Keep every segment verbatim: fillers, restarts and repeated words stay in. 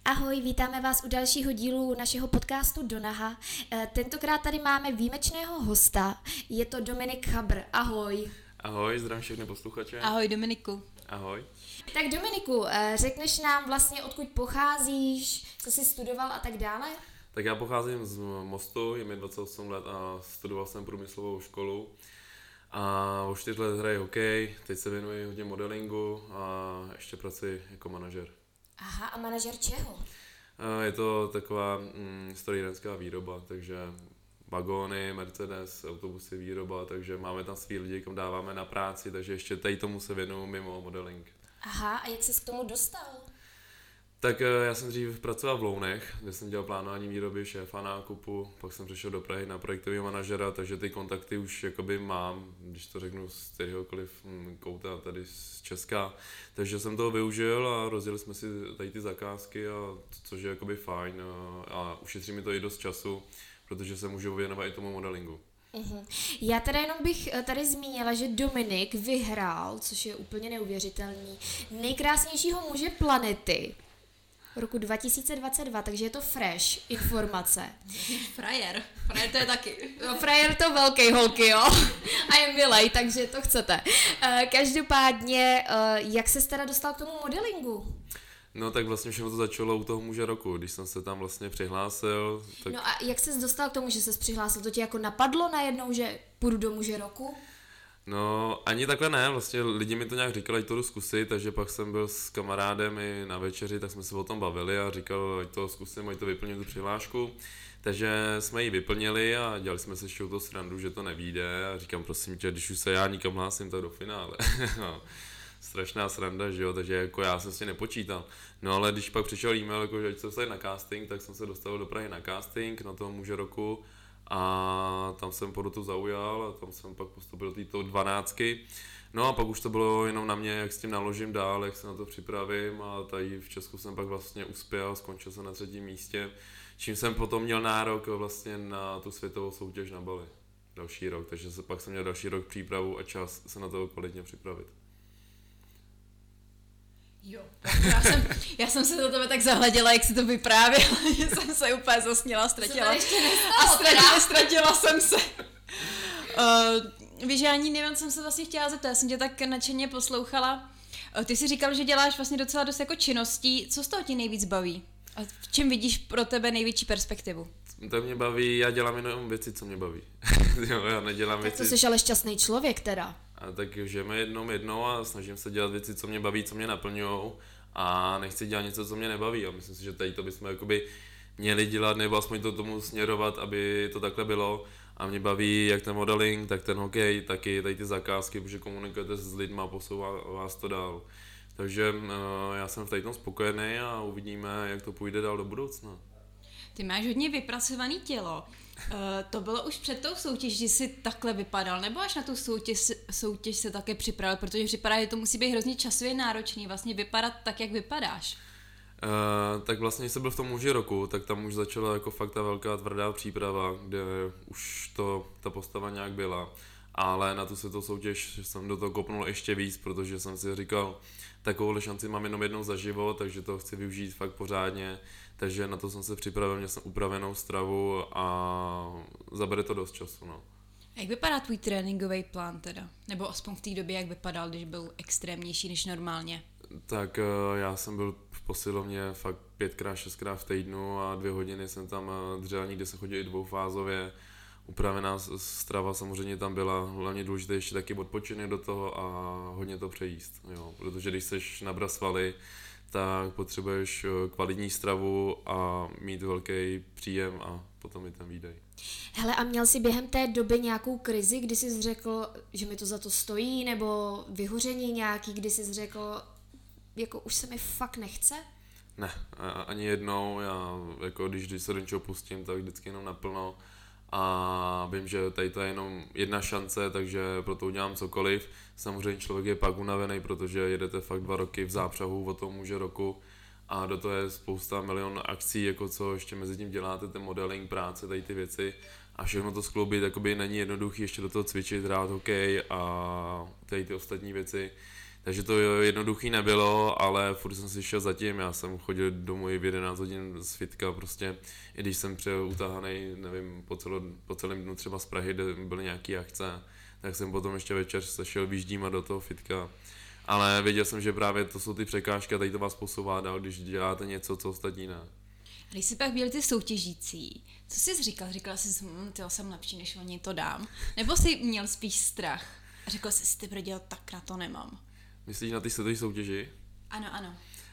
Ahoj, vítáme vás u dalšího dílu našeho podcastu Donaha. Tentokrát tady máme výjimečného hosta, je to Dominik Chabr. Ahoj. Ahoj, zdravím všechny posluchače. Ahoj Dominiku. Ahoj. Tak Dominiku, řekneš nám vlastně, odkud pocházíš, co jsi studoval a tak dále? Tak já pocházím z Mostu, je mi dvacet osm let a studoval jsem průmyslovou školu. A už čtyři let hraji hokej, teď se věnuji hodně modelingu a ještě pracuji jako manažer. Aha, a manažer čeho? Je to taková mm, strojírenská výroba, takže vagóny, Mercedes, autobusy, výroba, takže máme tam svý lidi, kam dáváme na práci, takže ještě tady tomu se věnuju mimo modeling. Aha, a jak jsi k tomu dostal? Tak já jsem dřív pracoval v Lounech, kde jsem dělal plánování výroby, šéfa nákupu, pak jsem přešel do Prahy na projektového manažera, takže ty kontakty už jakoby mám, když to řeknu z kteréhokoliv kouta tady z Česka. Takže jsem toho využil a rozdělili jsme si tady ty zakázky, a což je jakoby fajn a, a ušetří mi to i dost času, protože se můžu věnovat i tomu modelingu. Uhum. Já teda jenom bych tady zmínila, že Dominik vyhrál, což je úplně neuvěřitelný, nejkrásnějšího muže planety roku dva tisíce dvacet dva, takže je to fresh informace. Frajer, frajer to je taky. No, frajer to velký holky, jo. A je milej, takže to chcete. Každopádně, jak ses teda dostal k tomu modelingu? No tak vlastně všechno to začalo u toho muže roku, když jsem se tam vlastně přihlásil. Tak... No a jak ses dostal k tomu, že ses přihlásil? To tě jako napadlo najednou, že půjdu do muže roku? No, ani takhle ne, vlastně lidi mi to nějak říkali, ať to jdu zkusit, takže pak jsem byl s kamarádem i na večeři, tak jsme se o tom bavili a říkal, ať to zkusím, ať to vyplním tu přihlášku. Takže jsme ji vyplnili a dělali jsme se ještě u toho srandu, že to nevyjde a říkám, prosím tě, když už se já nikam hlásím, tak do finále. Strašná sranda, že jo, takže jako já jsem si nepočítal. No ale když pak přišel e-mail, jako, že ať jsem se na casting, tak jsem se dostal do Prahy na casting, na toho muže roku. A tam jsem porotu zaujal a tam jsem pak postoupil do této dvanáctky. No a pak už to bylo jenom na mě, jak s tím naložím dál, jak se na to připravím a tady v Česku jsem pak vlastně uspěl, skončil jsem na třetím místě, čím jsem potom měl nárok vlastně na tu světovou soutěž na Bali další rok, takže se, pak jsem měl další rok přípravu a čas se na to kvalitně připravit. Jo, já jsem, já jsem se do tebe tak zahleděla, jak si to vyprávěla, že jsem se úplně zasněla, ztratila. A ztratila, ztratila jsem se. Uh, víš, já ani nevím, jsem se vlastně chtěla zeptat, já jsem tě tak nadšeně poslouchala. Uh, ty jsi říkal, že děláš vlastně docela dost jako činností, co z toho ti nejvíc baví? A v čem vidíš pro tebe největší perspektivu? To mě baví, já dělám jenom věci, co mě baví. Jo, já nedělám tak věci... to jsi ale šťastný člověk teda. A tak žijeme jednou jednou a snažím se dělat věci, co mě baví, co mě naplňujou a nechci dělat něco, co mě nebaví a myslím si, že tady to bychom jakoby měli dělat nebo aspoň to tomu směrovat, aby to takhle bylo a mě baví jak ten modeling, tak ten hokej, taky tady ty zakázky, protože komunikujete s lidma a posouvá vás to dál. Takže uh, já jsem v tady tom spokojený a uvidíme, jak to půjde dál do budoucna. Ty máš hodně vypracované tělo. Uh, to bylo už před tou soutěží, že jsi takhle vypadal, nebo až na tu soutěž, soutěž se také připravil, protože připadá, že to musí být hrozně časově náročný, vlastně vypadat tak, jak vypadáš. Uh, tak vlastně, když jsem byl v tom muži roku, tak tam už začala jako fakt ta velká tvrdá příprava, kde už to, ta postava nějak byla. Ale na tu světovou soutěž jsem do toho kopnul ještě víc, protože jsem si říkal, takovouhle šanci mám jenom jednou za život, takže to chci využít fakt pořádně. Takže na to jsem se připravil, měl jsem upravenou stravu a zabere to dost času. No. Jak vypadá tvůj tréninkový plán teda? Nebo aspoň v té době, jak vypadal, když byl extrémnější než normálně? Tak já jsem byl v posilovně fakt pětkrát, šestkrát v týdnu a dvě hodiny jsem tam dřel, někde se chodil i dvoufázově. Upravená strava samozřejmě tam byla, hlavně důležité ještě taky odpočinek do toho a hodně to přejíst, jo. Protože když seš nabrat svaly, tak potřebuješ kvalitní stravu a mít velký příjem a potom i ten výdej. Hele, a měl jsi během té doby nějakou krizi, kdy jsi řekl, že mi to za to stojí, nebo vyhoření nějaký, kdy jsi řekl, jako už se mi fakt nechce? Ne, ani jednou, já jako když, když se do něčeho pustím, tak vždycky jenom naplno a vím, že tady to je jenom jedna šance, takže proto udělám cokoliv. Samozřejmě člověk je pak unavený, protože jedete fakt dva roky v zápřahu od toho muže roku a do toho je spousta milion akcí, jako co ještě mezi tím děláte, ten modeling, práce, tady ty věci a všechno to skloubit, jakoby není jednoduchý ještě do toho cvičit, hrát hokej a tady ty ostatní věci. Takže to jednoduchý nebylo, ale furt jsem si šel zatím, já jsem chodil domů i v jedenáct hodin z fitka prostě, i když jsem přijel utahanej, nevím, po, celo, po celém dnu třeba z Prahy, kde byly nějaký akce, tak jsem potom ještě večer se šel výždímat do toho fitka. Ale věděl jsem, že právě to jsou ty překážky a tady to vás posouvá dál, když děláte něco, co ostatní ne. A když jsi pak byli ty soutěžící, co jsi říkal? Říkal jsi, hm, tyjo, jsem lepší, než oni, to dám? Nebo jsi měl spíš strach? A řekl jsi si, ty brděl, tak na to nemám. Myslíš na ty světové soutěži? Ano, ano.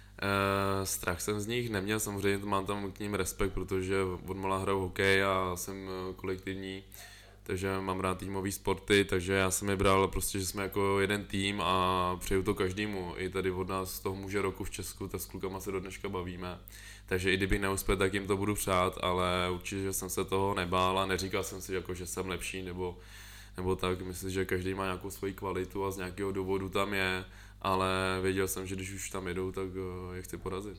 Uh, strach jsem z nich neměl, samozřejmě mám tam k ním respekt, protože odmala hraju hokej a jsem kolektivní, takže mám rád týmový sporty, takže já jsem je bral prostě, že jsme jako jeden tým a přeju to každému. I tady od nás z toho muže roku v Česku, tak s klukama se do dneška bavíme. Takže i kdybych neuspěl, tak jim to budu přát, ale určitě jsem se toho nebál a neříkal jsem si, jako, že jsem lepší nebo, nebo tak. Myslím, že každý má nějakou svoji kvalitu a z nějakého důvodu tam je, ale věděl jsem, že když už tam jedou, tak je chci porazit.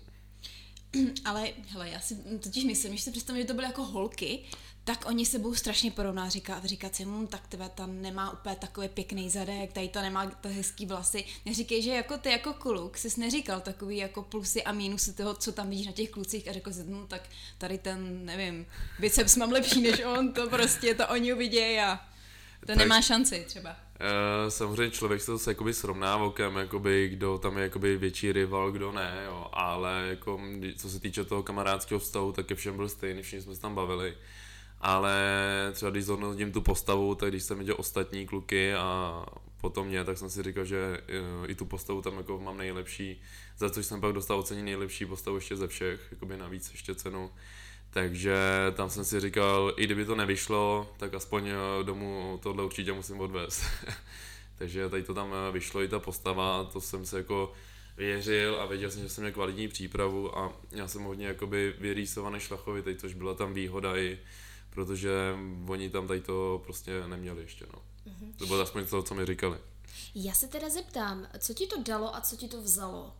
Ale hele, já si totiž myslím, že si představím, že to byly jako holky, tak oni se budou strašně porovná říkat, říkat si, hm, tak tebe tam nemá úplně takový pěkný zadek, tady to nemá to hezký vlasy. Neříkej, že jako ty jako kluk jsi neříkal takový jako plusy a mínusy toho, co tam vidíš na těch klucích a řekl jsi, hm, tak tady ten, nevím, biceps mám lepší než on, to prostě, to oni uvidějí a to tak nemá šanci třeba. Uh, samozřejmě člověk se to jakoby srovná okem, jakoby, kdo tam je jakoby větší rival, kdo ne, jo. Ale jako, co se týče toho kamarádského vztahu, tak ke všem byl stejný, všichni jsme se tam bavili. Ale třeba když zhodnotím tu postavu, tak když jsem viděl ostatní kluky a potom mě, tak jsem si říkal, že uh, i tu postavu tam jako mám nejlepší, za což jsem pak dostal ocenění nejlepší postavu ještě ze všech, jakoby navíc ještě cenu. Takže tam jsem si říkal, i kdyby to nevyšlo, tak aspoň domů tohle určitě musím odvést. Takže tady to tam vyšlo, i ta postava, a to jsem se jako věřil a věděl jsem, že jsem měl kvalitní přípravu a já jsem hodně jakoby vyrýsovaný šlachovitý, což byla tam výhoda i, protože oni tam tady to prostě neměli ještě, no. Mm-hmm. To bylo aspoň to, co mi říkali. Já se teda zeptám, co ti to dalo a co ti to vzalo?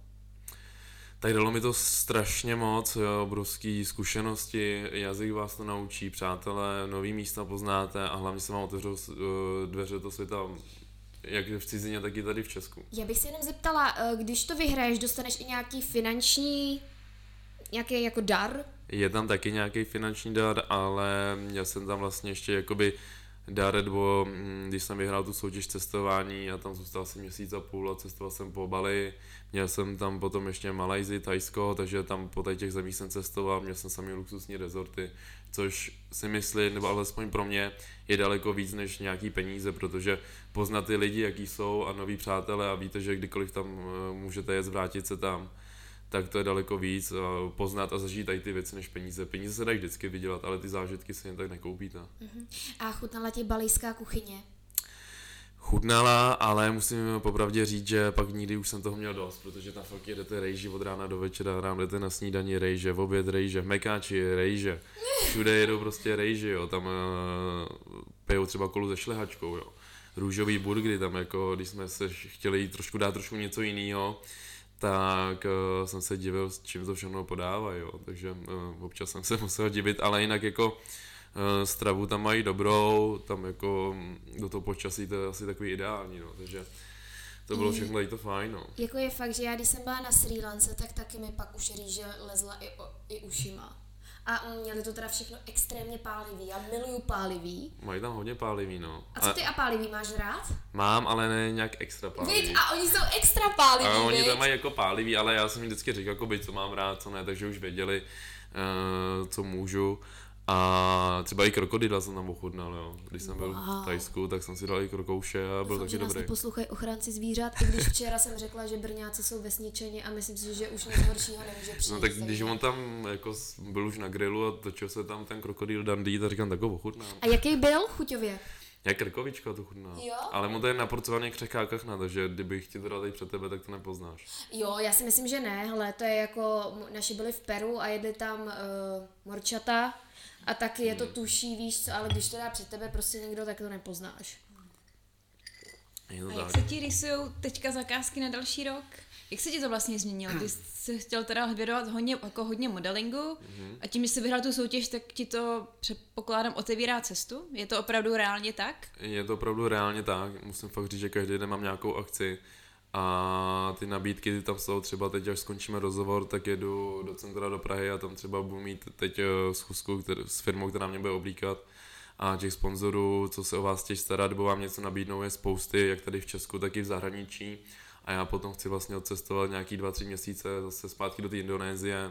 Tak dalo mi to strašně moc, jo, obrovský zkušenosti, jazyk vás to naučí, přátelé, nový místa poznáte a hlavně se vám otevřou dveře do světa, jak v cizině, tak i tady v Česku. Já bych se jenom zeptala, když to vyhraješ, dostaneš i nějaký finanční, nějaký jako dar? Je tam taky nějaký finanční dar, ale já jsem tam vlastně ještě jakoby dar, nebo když jsem vyhrál tu soutěž cestování, já tam zůstal asi měsíc a půl a cestoval jsem po Bali, měl jsem tam potom ještě Malajzii, Thajsko, takže tam po těch zemích jsem cestoval, měl jsem sami luxusní rezorty, což si myslím, nebo alespoň pro mě je daleko víc než nějaký peníze, protože poznat ty lidi, jaký jsou a noví přátelé a víte, že kdykoliv tam můžete jet, vrátit se tam, tak to je daleko víc a poznat a zažít tady ty věci než peníze. Peníze se dají vždycky vydělat, ale ty zážitky si jen tak nekoupíte. Uh-huh. A chutnala ti balijská kuchyně? Chutnala, ale musím popravdě říct, že pak nikdy už jsem toho měl dost, protože tam fakt jedete rejži od rána do večera, rám jdete na snídani rejže, v oběd rejže, v Mekáči rejže, všude jedou prostě rejži, jo, tam uh, pijou třeba kolu se šlehačkou, jo, růžový burgery, tam jako, když jsme se chtěli jít trošku dát trošku něco jiného, tak uh, jsem se divil, s čím to všechno podávají, jo, takže uh, občas jsem se musel divit, ale jinak jako uh, stravu tam mají dobrou, tam jako do toho počasí to je asi takový ideální, no, takže to bylo všechno i to fajn, no. Jako je fakt, že já když jsem byla na Srí Lance, tak taky mi pak už rýže lezla i, o, i ušima. A měli to teda všechno extrémně pálivý, já miluju pálivý. Mají tam hodně pálivý, no. A co ty a pálivý máš rád? Mám, ale ne nějak extra pálivý. Víď, a oni jsou extra pálivý, a oni víď? tam mají jako pálivý, ale já jsem jim vždycky říkal, jako byť, co mám rád, co ne, takže už věděli, uh, co můžu. A třeba i krokodýla jsem tam ochutnal, jo. Když jsem byl wow. v Thajsku, tak jsem si dal i krokouše a byl Doufám, taky že nás dobrý. neposlouchají ochránci zvířat, i když včera jsem řekla, že Brňáci jsou vesničeni a myslím si, že už nic horšího nemůže přijít. No tak když on tam jako byl už na grilu a točil se tam ten krokodýl Dundee, tak říkám, tak ho ochutnám. A jaký byl chuťově? Jak krkovička to chutná. Jo? Ale mu to je naporcovaný křehká kachna, takže kdybych ti to dal tady před tebe, tak to nepoznáš. Jo, já si myslím, že ne, hele, to je jako, naši byli v Peru a jedli tam uh, morčata a taky je to tuší, víš co, ale když to dá před tebe prostě někdo, tak to nepoznáš. Je to A tak. jak se ti rysujou teďka zakázky na další rok? Jak se ti to vlastně změnilo? Ty jsi chtěl teda věnovat hodně, jako hodně modelingu mm-hmm. a tím, že jsi vyhrál tu soutěž, tak ti to předpokládám otevírá cestu? Je to opravdu reálně tak? Je to opravdu reálně tak, musím fakt říct, že každý den mám nějakou akci A ty nabídky tam jsou třeba teď, až skončíme rozhovor, tak jedu do centra do Prahy a tam třeba budu mít teď schůzku který, s firmou, která mě bude oblíkat. A těch sponzorů, co se o vás chtějí starat, nebo vám něco nabídnou, je spousty, jak tady v Česku, tak i v zahraničí. A já potom chci vlastně odcestovat nějaký dva, tři měsíce zase zpátky do té Indonésie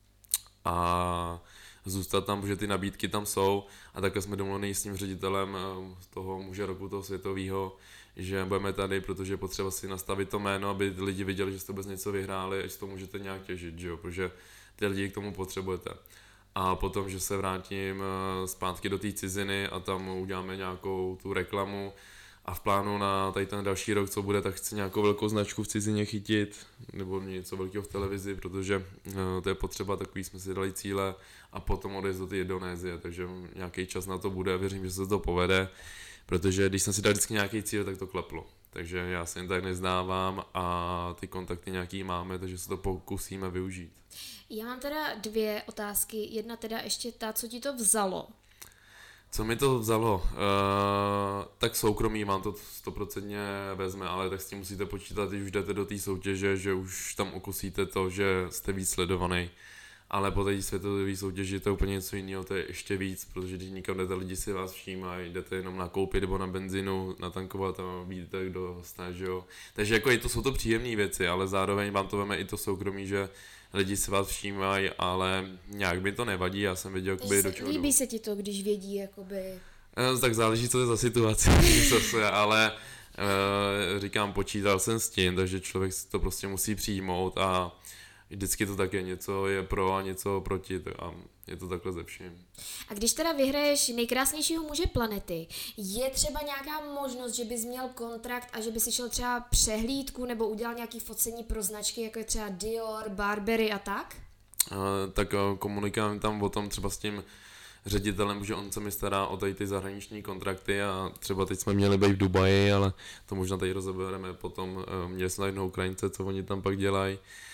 a zůstat tam, protože ty nabídky tam jsou. A takhle jsme domluveni s tím ředitelem toho muže roku, toho světového, že budeme tady, protože je potřeba si nastavit to jméno, aby lidi viděli, že jste vůbec něco vyhráli a že to můžete nějak těžit, že jo? Protože ty lidi k tomu potřebujete. A potom, že se vrátím zpátky do té ciziny a tam uděláme nějakou tu reklamu a v plánu na tady ten další rok, co bude, tak chci nějakou velkou značku v cizině chytit nebo něco velkého v televizi, protože to je potřeba, takový jsme si dali cíle a potom odejít do té Indonésie, takže nějaký čas na to bude a věřím, že se to povede, protože když jsem si dal vždycky nějaký cíl, tak to kleplo. Takže já se jen tak nezdávám a ty kontakty nějaký máme, takže se to pokusíme využít. Já mám teda dvě otázky. Jedna teda ještě ta, co ti to vzalo. Co mi to vzalo? Uh, tak soukromí vám to stoprocentně vezme, ale tak s tím musíte počítat, když už jdete do té soutěže, že už tam okusíte to, že jste víc sledovaný. Ale po té světové soutěži to je úplně něco jiného, to je ještě víc, protože když nikam jdete, lidi si vás všímají, jdete jenom nakoupit nebo na benzínu, natankovat a vidíte, kdo hostá, že jo. Takže jako to jsou to příjemné věci, ale zároveň vám to veme i to soukromí, že lidi si vás všímají, ale nějak mi to nevadí, já jsem viděl, jakoby do čeho. Líbí se ti to, když vědí, jakoby... No, tak záleží, co je za situaci, zase, ale uh, říkám, počítal jsem s tím, takže člověk si to prostě musí přijmout a vždycky to tak je, něco je pro a něco proti a je to takhle ze vším. A když teda vyhraješ nejkrásnějšího muže planety, je třeba nějaká možnost, že bys měl kontrakt a že bys si šel třeba přehlídku nebo udělal nějaký focení pro značky, jako je třeba Dior, Burberry a tak? Uh, tak uh, komunikujeme tam o tom třeba s tím ředitelem, že on se mi stará o tady ty zahraniční kontrakty a třeba teď jsme měli být v Dubaji, ale to možná tady rozebereme potom. Uh, měli jsme jednou Ukrajince, co oni tam pak dělají.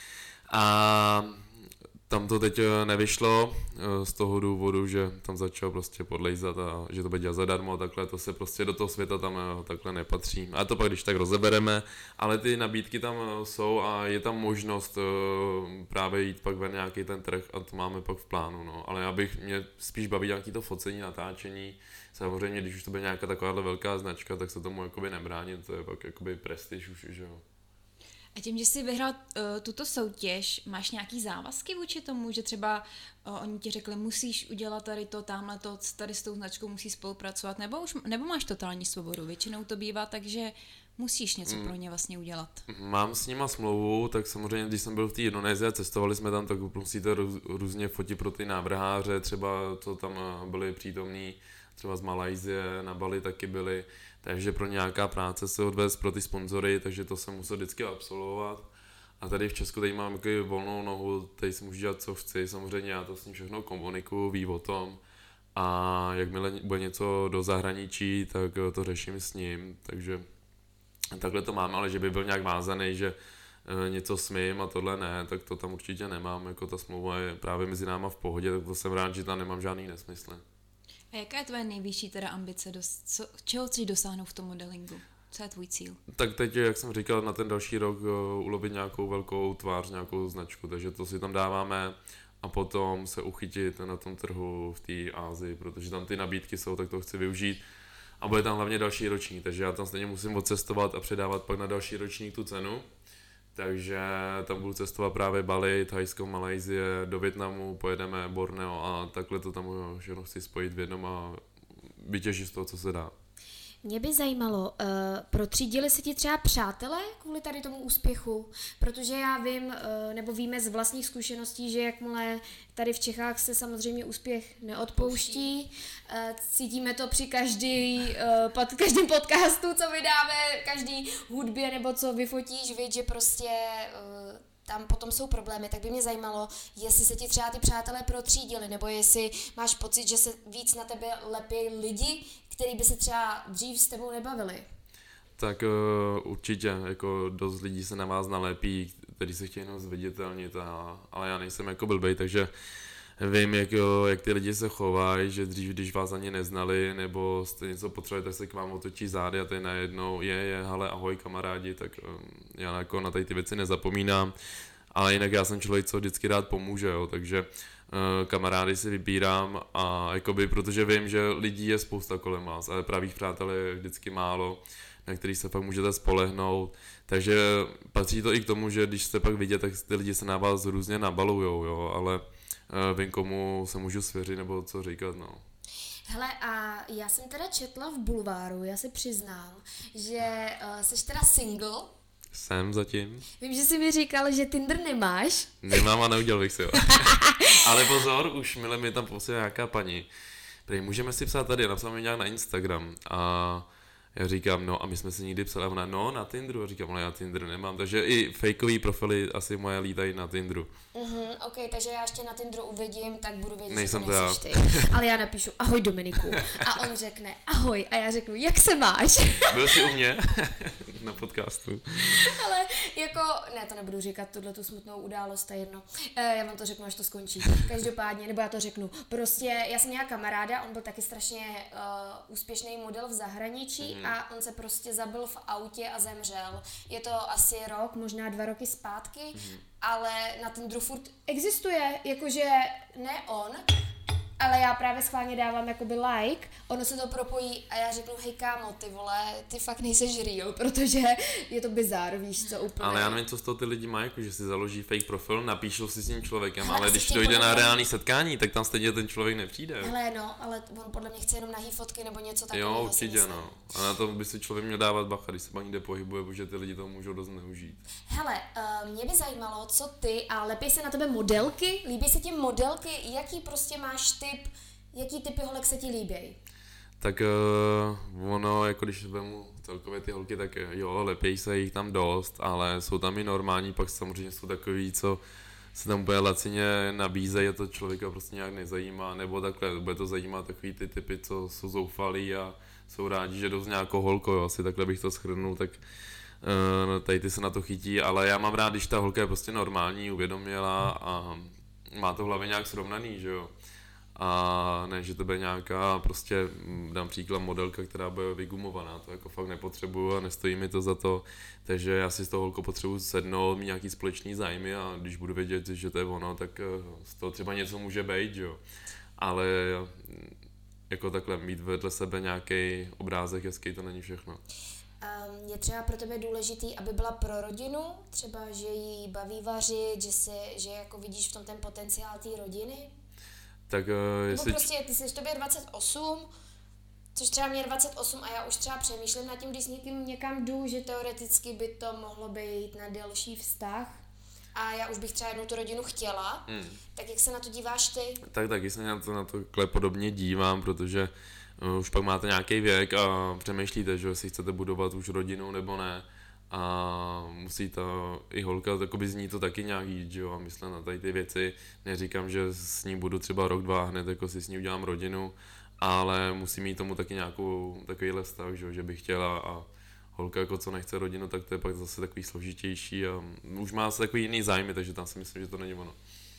A tam to teď nevyšlo z toho důvodu, že tam začal prostě podlejzat a že to bude dělat zadarmo a takhle, to se prostě do toho světa tam takhle nepatří. A to pak když tak rozebereme, ale ty nabídky tam jsou a je tam možnost právě jít pak ven nějaký ten trh a to máme pak v plánu, no. Ale já bych, mě spíš baví nějaký to focení, natáčení. Samozřejmě, když už to bude nějaká takováhle velká značka, tak se tomu jakoby nebránit, to je pak jakoby prestiž už, že jo. A tím, že jsi vyhrál uh, tuto soutěž, máš nějaký závazky vůči tomu, že třeba uh, oni ti řekli, musíš udělat tady to, tamhle to, tady s tou značkou musíš spolupracovat, nebo, už, nebo máš totální svobodu? Většinou to bývá tak, že musíš něco pro ně vlastně udělat. Mám s nima smlouvu, tak samozřejmě, když jsem byl v té Indonésii a cestovali jsme tam, tak musíte růz, různě fotit pro ty návrháře, třeba co tam byli přítomní, třeba z Malajsie, na Bali taky byli, takže pro nějaká práce se odvést pro ty sponzory, takže to jsem musel vždycky absolvovat. A tady v Česku teď mám takový volnou nohu, tady si můžu dělat co chci, samozřejmě já to s ním všechno komunikuju, ví o tom. A jakmile bude něco do zahraničí, tak to řeším s ním, takže takhle to mám, ale že by byl nějak vázaný, že něco smím a tohle ne, tak to tam určitě nemám, jako ta smlouva je právě mezi náma v pohodě, tak to jsem rád, že tam nemám žádný nesmysly. A jaká je tvoje nejvyšší teda ambice, dos- co, čeho chceš dosáhnout v tom modelingu? Co je tvůj cíl? Tak teď, jak jsem říkal, na ten další rok uh, ulovit nějakou velkou tvář, nějakou značku, takže to si tam dáváme a potom se uchytit na tom trhu v té Asii, protože tam ty nabídky jsou, tak to chci využít. A bude tam hlavně další ročník, takže já tam stejně musím odcestovat a předávat pak na další ročník tu cenu. Takže tam budu cestovat právě Bali, Thajsko, Malajsie, do Vietnamu, pojedeme Borneo a takhle to tam všechno chci spojit v jednom a vytěžit z toho, co se dá. Mě by zajímalo, uh, protřídili se ti třeba přátelé kvůli tady tomu úspěchu? Protože já vím, uh, nebo víme z vlastních zkušeností, že jakmile tady v Čechách se samozřejmě úspěch neodpouští. Uh, cítíme to při každý, uh, pod každém podcastu, co vydáme, každý hudbě nebo co vyfotíš, víš, že prostě uh, tam potom jsou problémy, tak by mě zajímalo, jestli se ti třeba ty přátelé protřídili, nebo jestli máš pocit, že se víc na tebe lepí lidi, kteří by se třeba dřív s tebou nebavili. Tak uh, určitě, jako dost lidí se na vás nalepí, kteří se chtějí jenom zviditelnit, a, ale já nejsem jako blbej, takže vím, jak, jo, jak ty lidi se chovají, že dřív, když vás ani neznali, nebo jste něco potřebovali, tak se k vám otočí zády a tady najednou je, je, hele, ahoj kamarádi, tak um, já jako na tady ty věci nezapomínám, ale jinak já jsem člověk, co vždycky rád pomůže, jo, takže uh, kamarády si vybírám a jakoby, protože vím, že lidí je spousta kolem vás, ale pravých přátel je vždycky málo, na který se pak můžete spolehnout, takže patří to i k tomu, že když jste pak vidět, tak ty lidi se na vás různě nabalujou, jo, ale uh, vím, komu se můžu svěřit nebo co říkat, no. Hele, a já jsem teda četla v bulváru, já se přiznám, že uh, jsi teda single. Jsem zatím. Vím, že jsi mi říkal, že Tinder nemáš. Nemám a neudělal bych si ho. Ale pozor, už mile mi tam posílá nějaká paní. Prý, můžeme si psát tady, napsal mi nějak na Instagram a já říkám, no a my jsme si nikdy psali a ona, no na Tinderu, a říkám, ale já Tinder nemám, takže i fakeový profily asi moje lítají na Tinderu. Mhm, ok, takže já ještě na Tinderu uvidím, tak budu vědět, Nejsem že to to nejseš ty. Ale já napíšu, ahoj Dominiku. A on řekne, ahoj. A já řeknu, jak se máš? Byl jsi u mě na podcastu. Ale jako, ne, to nebudu říkat, tuhle tu smutnou událost, to je jedno. E, já vám to řeknu, až to skončí. Každopádně, nebo já to řeknu. Prostě, já jsem měla kamaráda, on byl taky strašně uh, úspěšný model v zahraničí mm. a on se prostě zabil v autě a zemřel. Je to asi rok, možná dva roky zpátky, mm. ale na Tinderu furt existuje, jakože ne on, ale já právě schválně dávám jakoby like, ono se to propojí a já řeknu, hej kámo, ty vole, ty fakt nejseš real, protože je to bizár, víš co, úplně. Ale já nevím, co z toho ty lidi mají, jako, že si založí fake profil, napíšou si s tím člověkem, Hele, ale když dojde na reálný setkání, tak tam stejně ten člověk nepřijde. Hele no, ale on podle mě chce jenom nahý fotky nebo něco takového. Jo, určitě no. A na to by si člověk měl dávat bacha, když se pak někde pohybuje, protože ty lidi to můžou dost zneužít. Hele, uh, mě by zajímalo, co ty, a lepí se na tebe modelky, líbí se ti modelky, jaký prostě máš typ, jaký typy holek se ti líbí? Tak uh, ono, jako když vemu celkově ty holky, tak jo, lepějí se jich tam dost, ale jsou tam i normální, pak samozřejmě jsou takový, co se tam úplně lacině nabízejí a to člověka prostě nějak nezajímá, nebo takhle, bude to zajímat takový ty typy, co jsou zoufalí a jsou rádi, že jdou z nějakou holkou, jo, asi takhle bych to shrnul, tak uh, tady ty se na to chytí, ale já mám rád, když ta holka je prostě normální, uvědomělá a má to v hlavě nějak srovnaný, že jo. A ne, že to bude nějaká, prostě dám příklad modelka, která bude vygumovaná, to jako fakt nepotřebuju a nestojí mi to za to, takže já si z toho holko potřebuji sednout, mít nějaký společný zájmy a když budu vědět, že to je ono, tak z toho třeba něco může být, že jo. Ale jako takhle mít vedle sebe nějaký obrázek hezký, to není všechno. Um, je třeba pro tebe důležitý, aby byla pro rodinu, třeba, že jí baví vařit, že, si, že jako vidíš v tom ten potenciál té rodiny? Tak uh, jestli... Nebo prostě ty jsi tobě dvacet osm, což třeba mě je dvacet osm a já už třeba přemýšlím nad tím, když s někým někam jdu, že teoreticky by to mohlo být na delší vztah a já už bych třeba jednou tu rodinu chtěla, hmm. tak jak se na to díváš ty? Tak taky se na to, na to podobně dívám, protože uh, už pak máte nějaký věk a přemýšlíte, že jestli chcete budovat už rodinu nebo ne. A musí to i holka, takoby zní to taky nějak jít, že jo, a myslím na tady ty věci, neříkám, že s ní budu třeba rok, dva, hned jako si s ní udělám rodinu, ale musí mít tomu taky nějakou takovýhle vztah, že, jo, že bych chtěla a holka jako co nechce rodinu, tak to je pak zase takový složitější a už má se takový jiný zájmy, takže tam si myslím, že to není ono.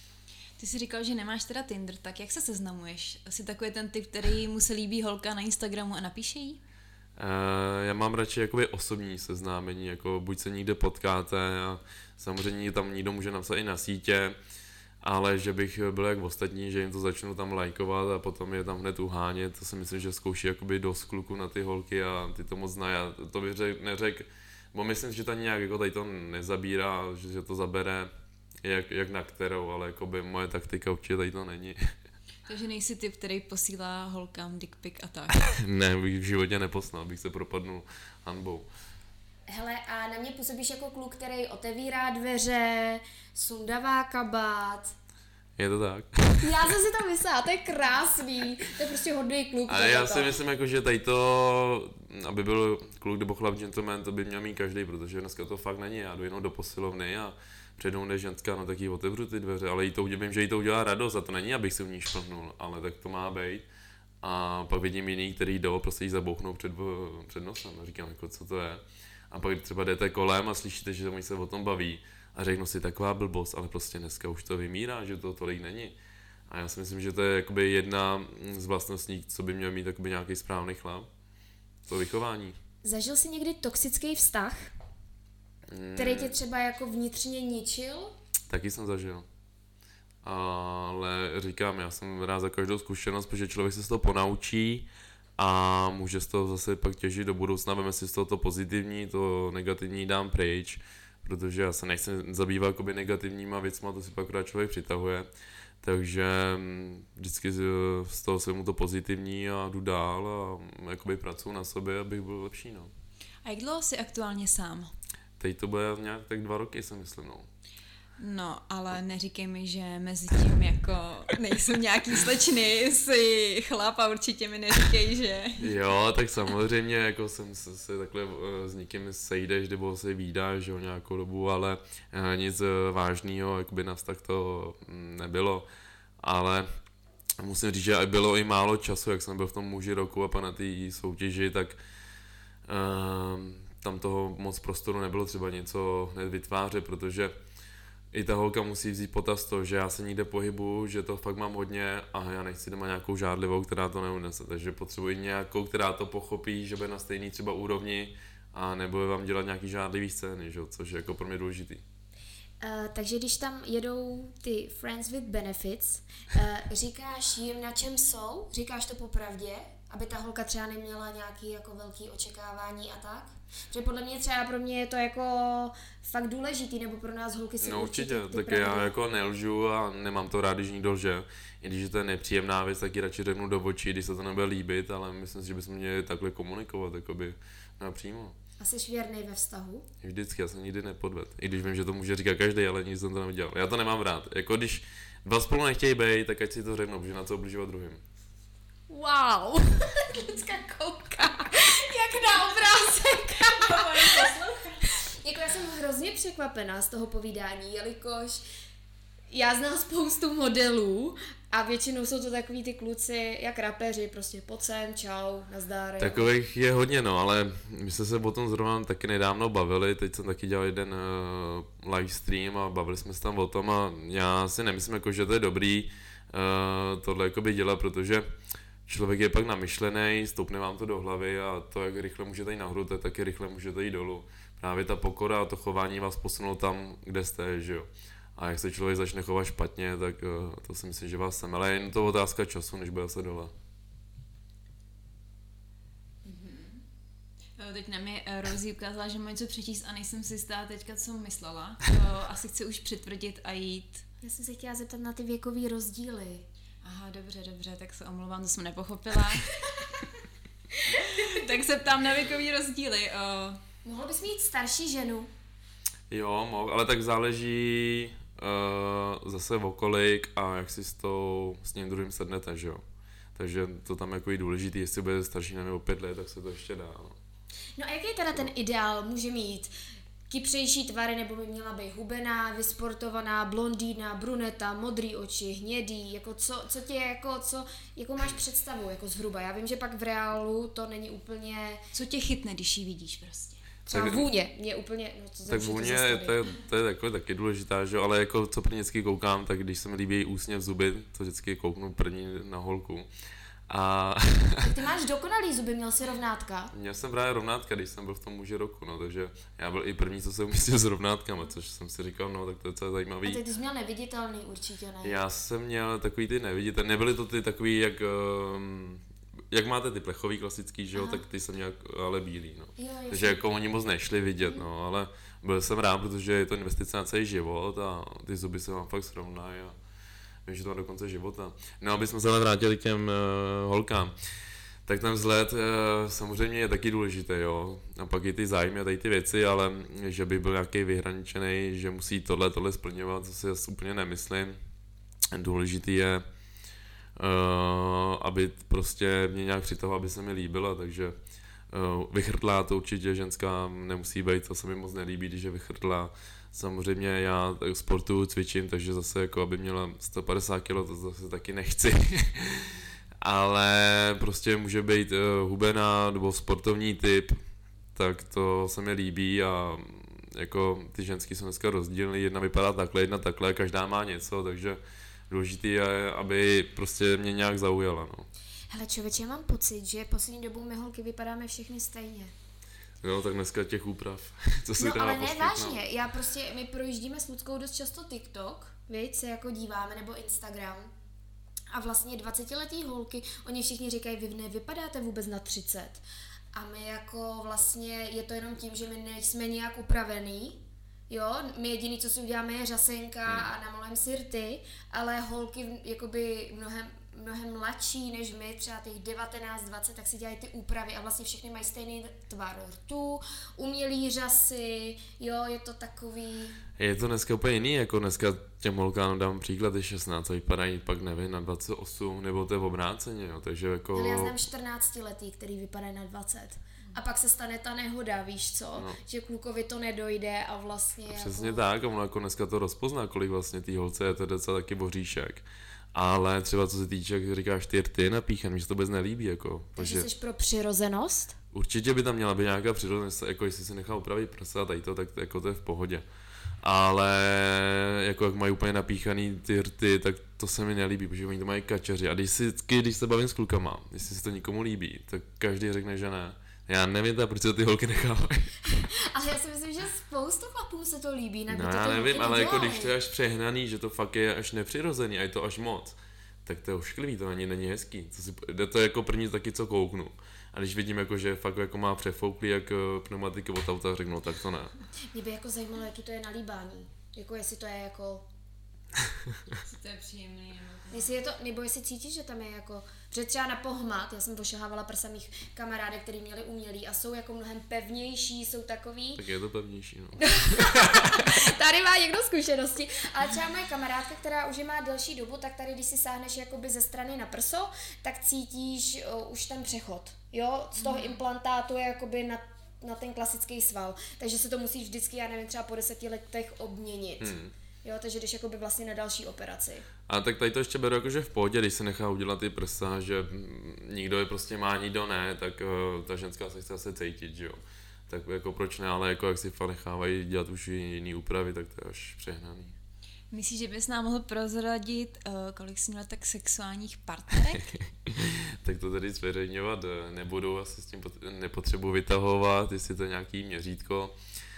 Ty jsi říkal, že nemáš teda Tinder, tak jak se seznamuješ? Jsi takový ten typ, který mu se líbí holka na Instagramu a napíše jí? Uh, já mám radši jakoby osobní seznámení, jako buď se někde potkáte a samozřejmě tam někdo může napsat i na sítě, ale že bych byl jak ostatní, že jim to začnu tam lajkovat a potom je tam hned uhánět, to si myslím, že zkouší jakoby dost kluků na ty holky a ty to moc znají, já to bych řek, neřekl, bo myslím, že to nějak jako tady to nezabírá, že, že to zabere jak, jak na kterou, ale jakoby moje taktika určitě tady to není. Takže nejsi typ, který posílá holkám dick pic a tak. Ne, bych v životě neposlal, bych se propadnul hanbou. Hele, a na mě působíš jako kluk, který otevírá dveře, sundává kabát. Je to tak. Já jsem si to myslela, to je krásný, to je prostě hodný kluk. Ale já si myslím, jako, že tady to, aby byl kluk nebo chlap gentleman, to by měl mít každý, protože dneska to fakt není. Já jdu jenom do posilovny a předou jde ženská, no tak jí otevřu ty dveře, ale jí to vím, že jí to udělá radost a to není, abych si v ní šplhnul, ale tak to má být. A pak vidím jiný, který jdou, prostě jí zabouchnou před, před nosem a říkám, jako co to je. A pak třeba jdete kolem a slyšíte, že se o tom baví a řeknu si taková blbost, ale prostě dneska už to vymírá, že to tolik není. A já si myslím, že to je jakoby jedna z vlastností, co by měl mít jakoby nějaký správný chlap. To vychování. Zažil jsi někdy toxický vztah, který tě třeba jako vnitřně ničil? Taky jsem zažil. Ale říkám, já jsem rád za každou zkušenost, protože člověk se z toho ponaučí a může z toho zase pak těžit do budoucna, veme si z toho to pozitivní, to negativní dám pryč, protože já se nechci zabývat jakoby negativníma věcma, to si pak akorát člověk přitahuje. Takže vždycky z toho se mu to pozitivní a jdu dál a jakoby pracuji na sobě, abych byl lepší. No. A jak dlouho jsi aktuálně sám? Teď to bude nějak tak dva roky, si myslím. No. No, ale neříkej mi, že mezi tím jako nejsou nějaký slečny, jsi chlap a určitě mi neříkej, že... Jo, tak samozřejmě, jako jsem se, se takhle s někým sejdeš, nebo se vídáš, že jo, nějakou dobu, ale nic vážného, jakoby na vztah to nebylo, ale musím říct, že bylo i málo času, jak jsem byl v tom muži roku a pak na té soutěži, tak um, tam toho moc prostoru nebylo třeba něco hned vytvářet, protože i ta holka musí vzít potaz to, že já se nikde pohybuju, že to fakt mám hodně a já nechci doma nějakou žádlivou, která to neunese, takže potřebuji nějakou, která to pochopí, že bude na stejný třeba úrovni a nebude vám dělat nějaký žádlivý scény, že? Což je jako pro mě důležitý. Uh, takže když tam jedou ty Friends with Benefits, uh, říkáš jim, na čem jsou? Říkáš to popravdě? Aby ta holka třeba neměla nějaký jako velký očekávání a tak? Protože podle mě třeba pro mě je to jako fakt důležitý, nebo pro nás holky si no určitě, ty tak pravdy. Já jako nelžu a nemám to rád, když někdo lže. I když je to nepříjemná věc, tak ji radši řeknu do očí, když se to nebude líbit, ale myslím si, že bychom měli takhle komunikovat, jakoby napřímo. A jsi věrnej ve vztahu? Vždycky, já jsem nikdy nepodvedl. I když vím, že to může říkat každý, ale nic jsem to neudělal. Já to nemám rád. Jako když dva spolu nechtějí být, tak ať si to řeknou, protože na co ubližovat druhým. Wow, dneska kouká, jak na obrázek. Jako já jsem hrozně překvapená z toho povídání, jelikož já znám spoustu modelů a většinou jsou to takový ty kluci, jak rapeři, prostě pojď sem, čau, nazdar. Takových je hodně, no, ale my jsme se o tom zrovna taky nedávno bavili, teď jsem taky dělal jeden uh, live stream a bavili jsme se tam o tom a já si nemyslím, jako, že to je dobrý uh, tohle jakoby dělat, protože člověk je pak namyšlený, stoupne vám to do hlavy a to, jak rychle můžete jít nahoru, tak taky rychle můžete jít dolů. Právě ta pokora a to chování vás posunou tam, kde jste, že jo. A jak se člověk začne chovat špatně, tak uh, to si myslím, že vás sem, ale jen to otázka času, než bude se dole. Mm-hmm. Teď na mě Rosie ukázala, že mám něco přečíst a nejsem si jistá teďka, co myslela. Asi chci už přitvrdit a jít. Já jsem se chtěla zeptat na ty věkový rozdíly. Aha, dobře, dobře, tak se omlouvám, to jsem nepochopila. Tak se ptám na věkový rozdíly. Uh... Mohl bys mít starší ženu? Jo, mohl, ale tak záleží uh, zase o kolik a jak si s, tou, s tím druhým sednete, že jo. Takže to tam jako je důležitý, jestli bude starší na mě o pět let, tak se to ještě dá. No, no a jaký teda ten ideál může mít? Kypřejší tvary, nebo by měla být hubená, vysportovaná, blondýna, bruneta, modrý oči, hnědý, jako co, co tě jako, co, jako máš představu, jako zhruba. Já vím, že pak v reálu to není úplně... Co tě chytne, když ji vidíš prostě? Třeba tak, vůně, mě úplně, no co tak vůně, to je, to je takové taky důležitá, že? Ale jako co prvně vždycky koukám, tak když se mi líbí úsměv zuby, to vždycky kouknu první na holku. A... Tak ty máš dokonalý zuby, měl jsi rovnátka? Měl jsem právě rovnátka, když jsem byl v tom muži roku, no, takže já byl i první, co se umístil s rovnátkama, což jsem si říkal, no, tak to je docela zajímavý. A ty jsi měl neviditelný určitě, ne? Já jsem měl takový ty neviditelný, nebyly to ty takový, jak, um, jak máte ty plechový klasický, že jo, tak ty jsem měl ale bílý, no. Jo, takže jako oni moc nešli vidět, mm. no, ale byl jsem rád, protože je to investice na celý život a ty zuby se vám fakt srovnají a vím, že to má do konce života. No, aby jsme se ale vrátili k těm uh, holkám. Tak ten vzhled uh, samozřejmě je taky důležitý, jo. A pak i ty zájmy a tady ty věci, ale že by byl nějaký vyhraničený, že musí tohle, tohle splňovat, to si asi úplně nemyslím. Důležitý je, uh, aby prostě mě nějak přitahoval, aby se mi líbila, takže uh, vychrtlá to určitě ženská nemusí být, to se mi moc nelíbí, když je vychrtlá. Samozřejmě já sportuju, cvičím, takže zase jako aby měla sto padesát kilo, to zase taky nechci. Ale prostě může být uh, hubená nebo sportovní typ, tak to se mi líbí a jako ty ženský jsou dneska rozdílný, jedna vypadá takhle, jedna takhle, každá má něco, takže Důležitý je, aby prostě mě nějak zaujala, no. Hele člověče, já mám pocit, že poslední dobou my holky vypadáme všechny stejně. No, tak dneska těch úprav, co si No dá ale ne, poskytnout. vážně, já prostě, my projíždíme s Luckou dost často TikTok, víš, se jako díváme, nebo Instagram. A vlastně dvacetiletý holky, oni všichni říkají, vy nevypadáte vůbec na třicet. A my jako vlastně, je to jenom tím, že my nejsme nějak upravený, jo, my jediný, co si uděláme, je řasenka Hmm. a namalujeme si rty, ale holky jakoby mnohem, mnohem mladší než my, třeba těch devatenáct dvacet, tak si dělají ty úpravy a vlastně všechny mají stejný tvar rtů, umělý řasy, jo, je to takový... Je to dneska úplně jiný, jako dneska těm holkám dám příklad, je šestnáct a vypadají pak, nevím, na dvacet osm, nebo to je v obráceně, jo, takže jako... Ale já znám čtrnáctiletý, který vypadá na dvacet. A pak se stane ta nehoda, víš co, No. že klukovi to nedojde a vlastně Přesně jako... tak, a ono jako dneska to rozpozná, kolik vlastně tý holce je to docela taky boříšek. Ale třeba co se týče, jak říkáš, ty rty napíchaný, mi se to vůbec nelíbí, jako. Takže jsi pro přirozenost? Určitě by tam měla být nějaká přirozenost, jako jestli si nechá upravit prsa a tady to, tak to, jako to je v pohodě. Ale jako jak mají úplně napíchaný ty rty, tak to se mi nelíbí, protože oni to mají kačeři. A když, si, když se bavím s klukama, jestli se to nikomu líbí, tak každý řekne, že ne. Já nevím, teda, proč se ty holky nechávají. Ale já si myslím, že spoustu chlapů se to líbí, jinak by No to já ty nevím, holky ale jako nedělaly. když to je až přehnaný, že to fakt je až nepřirozený a je to až moc, tak to je ošklivý, to ani není hezký. To si, jde to jako první taky, co kouknu. A když vidím, jako, že fakt jako má přefouklý jak eh, pneumatiky od auta, řeknu, tak to ne. Mě by jako zajímalo, jaký to je na líbání. Jako jestli to je jako... Jestli to je příjemný. Nebo... Jestli je to, nebo jestli cítíš, že tam je jako, že třeba na pohmat, já jsem pošahávala prsa mých kamarádek, který měli umělý a jsou jako mnohem pevnější, jsou takový. Tak je to pevnější, no. Tady má někdo zkušenosti, ale třeba moje kamarádka, která už je má delší dobu, tak tady, když si sáhneš jakoby ze strany na prso, tak cítíš uh, už ten přechod, jo, z toho implantátu je jakoby na, na ten klasický sval, takže se to musíš vždycky, já nevím, třeba po deseti letech obměnit. Hmm. Jo, takže jdeš jakoby vlastně na další operaci. A tak tady to ještě beru jako, že v pohodě, když se nechá udělat ty prsa, že mm, nikdo je prostě má, nikdo ne, tak uh, ta ženská se chce zase cítit, že jo. Tak jako proč ne, ale jako jak si fakt nechávají dělat už jiný úpravy, tak to je až přehnaný. Myslíš, že bys nám mohl prozradit, uh, kolik jsi měl tak sexuálních partnerek? Tak to tady zveřejňovat eh, nebudu, asi s tím pot- nepotřebuji vytahovat, jestli to je nějaký měřítko.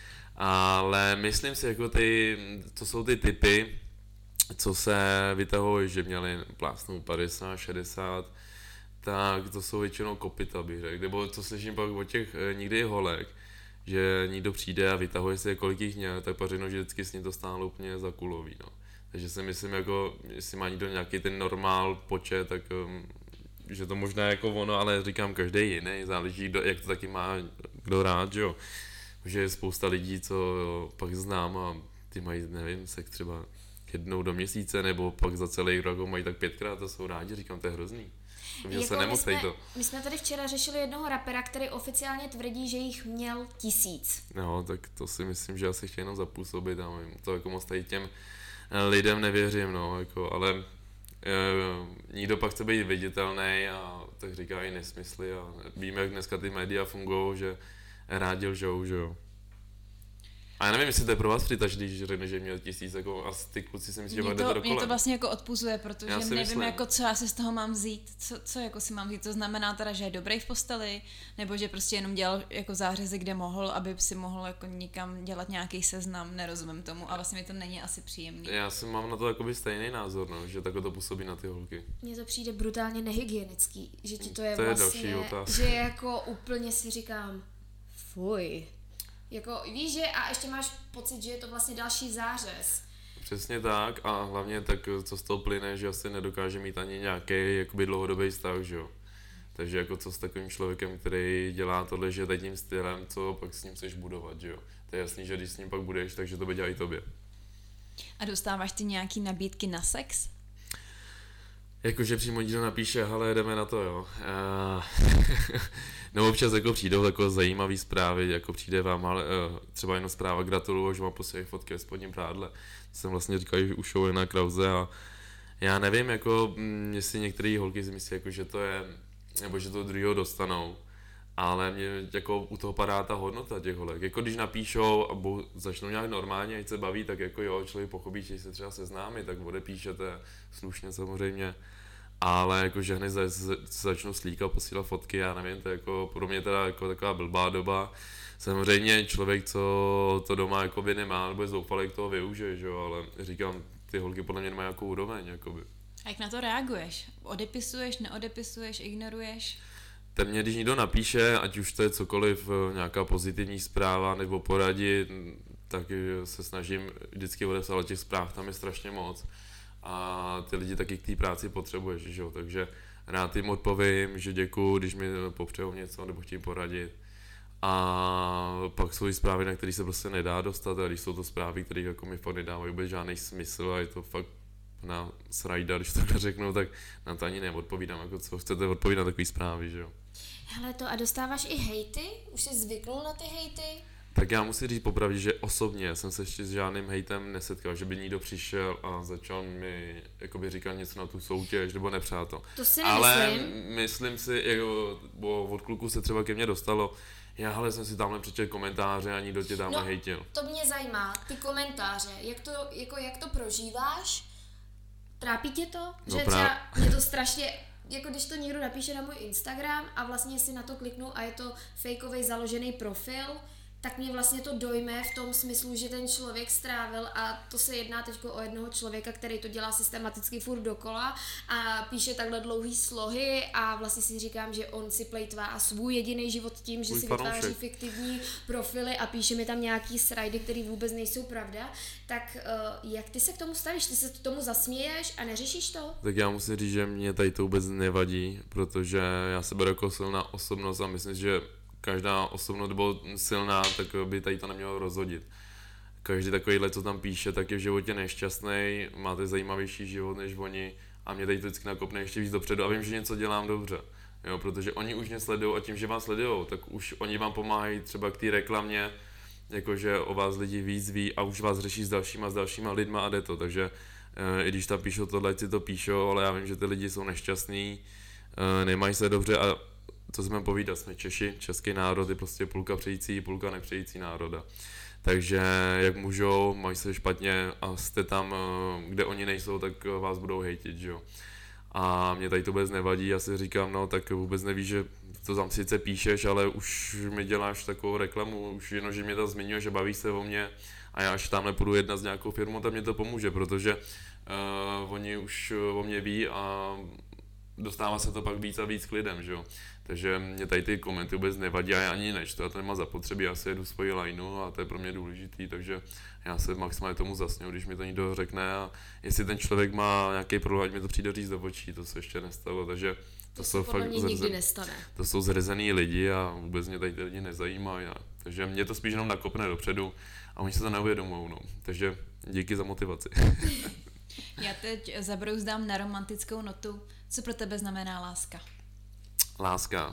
Ale myslím si, jako ty, to jsou ty typy, co se vytahují, že měli plásnou padesát, šedesát, tak to jsou většinou kopyta, bych řekl. Nebo co slyším pak od těch eh, nikdy holek, že někdo přijde a vytahuje si, kolik jich měl, tak pak řeknou, že vždycky s ním to stálo úplně za kulový, no. Takže si myslím, jako, jestli má někdo nějaký ten normál počet, tak um, že to možná jako ono, ale říkám, každý jiný, záleží, kdo, jak to taky má kdo rád, že jo. Že je spousta lidí, co jo, pak znám a ty mají, nevím, sex třeba jednou do měsíce, nebo pak za celý rok mají tak pětkrát a jsou rádi, říkám, to je hrozný. Jako se my, nemusí jsme, to. my jsme tady včera řešili jednoho rapera, který oficiálně tvrdí, že jich měl tisíc. No, tak to si myslím, že asi chtějí jenom zapůsobit a to jako moc tady těm lidem nevěřím, no, jako, ale e, nikdo pak chce být viditelný a tak říká i nesmysly a víme, jak dneska ty média fungují, že rádi lžou, že jo. A já nevím, jestli to je pro vás přitažný, když řekne, že měl tisíc, jako a ty kluci si myslí, že Mě jdete to, do mě kolem. to vlastně jako odpuzuje, protože Já si nevím, myslím. jako, co já si z toho mám vzít, co, co jako si mám vzít, to znamená teda, že je dobrý v posteli, nebo že prostě jenom dělal jako zářezy, kde mohl, aby si mohl jako někam dělat nějaký seznam, nerozumím tomu a vlastně mi to není asi příjemný. Já si mám na to jakoby stejný názor, no, že takhle to působí na ty holky. Mně to přijde brutálně nehygienický, že ti to je, To je vlastně, další otázka. že jako úplně si říkám, fuj. Jako víš, že a ještě máš pocit, že je to vlastně další zářez. Přesně tak a hlavně tak, co z toho plyne, že asi nedokáže mít ani nějaký jakoby dlouhodobý vztah, že jo. Takže jako co s takovým člověkem, který dělá tohle, že tím stylem, co pak s ním chceš budovat, že jo. To je jasný, že když s ním pak budeš, takže to bude i tobě. A dostáváš ty nějaký nabídky na sex? Jakože přímo někdo napíše, hele, jdeme na to, jo. Uh, no občas jako přijdou takové zajímavé zprávy, jako přijde vám, ale uh, třeba jenom zpráva, gratuluju, že mám poslední fotky ve spodním prádle. To jsem vlastně říkal, že už Jana Krause a já nevím, jako, mm, jestli některé holky si myslí, jako, že to je, nebo že to druhého dostanou, ale mě jako u toho padá ta hodnota těch holek. Jako když napíšou a bo, začnou nějak normálně, ať se baví, tak jako jo, člověk pochopí, že se třeba seznámí, tak odepíšete slušně samozřejmě. Ale jako ženy za, za, začnou slíkat, posílat fotky, já nevím, to je jako pro mě teda jako taková blbá doba. Samozřejmě člověk, co to doma jakoby nemá, nebo je zoufalý, k toho využije, že jo, ale říkám, ty holky podle mě nemají nějakou úroveň, jakoby. A jak na to reaguješ? Odepisuješ, neodepisuješ, ignoruješ? Ten mě, když někdo napíše, ať už to je cokoliv, nějaká pozitivní zpráva nebo poradit, tak se snažím vždycky odepsat, ale těch zpráv tam je strašně moc. A ty lidi taky k té práci potřebuješ, že jo, takže rád jim odpovím, že děkuju, když mi popřejou něco nebo chtějí poradit. A pak jsou i zprávy, na které se prostě nedá dostat, a když jsou to zprávy, které jako mi fakt nedávají vůbec žádný smysl a je to fakt na srajda, když to řeknu, tak na to ani neodpovídám, jako co chcete odpovídat na takové zprávy, že jo. Hele to, a dostáváš i hejty? Už jsi zvyknul na ty hejty? Tak já musím říct popravdě, že osobně jsem se ještě s žádným hejtem nesetkal, že by někdo přišel a začal mi jakoby říkat něco na tu soutěž nebo nepřát to. To si Ale nemyslím. myslím si, jako, bo od kluku se třeba ke mně dostalo, já hele jsem si tamhle přečetl komentáře a nikdo tě tamhle No, hejtil. to mě zajímá, ty komentáře, jak to, jako, jak to prožíváš? Trápí tě to? No Že právě. třeba mě to strašně, jako když to někdo napíše na můj Instagram a vlastně si na to kliknu a je to fejkovej založený profil, tak mě vlastně to dojme v tom smyslu, že ten člověk strávil, a to se jedná teď o jednoho člověka, který to dělá systematicky furt dokola a píše takhle dlouhý slohy a vlastně si říkám, že on si plejtvá svůj jediný život tím, že Můj si fanoušek. vytváří fiktivní profily a píše mi tam nějaký srajdy, které vůbec nejsou pravda. Tak uh, jak ty se k tomu stavíš? Ty se k tomu zasměješ a neřešíš to? Tak já musím říct, že mě tady to vůbec nevadí, protože já se beru jako silná osobnost a myslím, že každá osobnost nebo silná, tak by tady to nemělo rozhodit. Každý takovýhle, co tam píše, tak je v životě nešťastný, máte zajímavější život než oni a mě tady to vždycky nakopne ještě víc dopředu a vím, že něco dělám dobře. Jo, protože oni už mě sledují a tím, že vás sledují, tak už oni vám pomáhají třeba k té reklamě, jakože o vás lidi víc ví a už vás řeší s dalšíma, s dalšíma lidma a jde to. Takže e, i když tam píšou tohle, si to píšou, ale já vím, že ty lidi jsou nešťastní, e, nemají se dobře a co jsme povídat, jsme Češi, český národ je prostě půlka přející, půlka nepřející národa. Takže jak můžou, mají se špatně a jste tam, kde oni nejsou, tak vás budou hejtit, že jo. A mě tady to vůbec nevadí, já si říkám, no tak vůbec nevíš, že to tam sice píšeš, ale už mi děláš takovou reklamu, už jenom, že mě to zmiňuje, že baví se o mě a já až tamhle půjdu jednat s nějakou firmou, tak mě to pomůže, protože uh, oni už o mě ví a dostává se to pak víc a víc k lidem, že jo. Takže mě tady ty komenty vůbec nevadí a já ani nečtu, já to nemám zapotřebí, já si jedu svoji lineu a to je pro mě důležitý, takže já se maximálně tomu zasněju, když mi to někdo řekne a jestli ten člověk má nějaký problém, ať mi to přijde říct do očí, to se ještě nestalo, takže to, To jsou se podle fakt mě nikdy zrze, nestane. to jsou zrezený lidi a vůbec mě tady ty lidi nezajímají, a, takže mě to spíš jenom nakopne dopředu a oni se to neuvědomují, no. Takže díky za motivaci. Já teď zabrouzdám na romantickou notu. Co pro tebe znamená láska? Láska.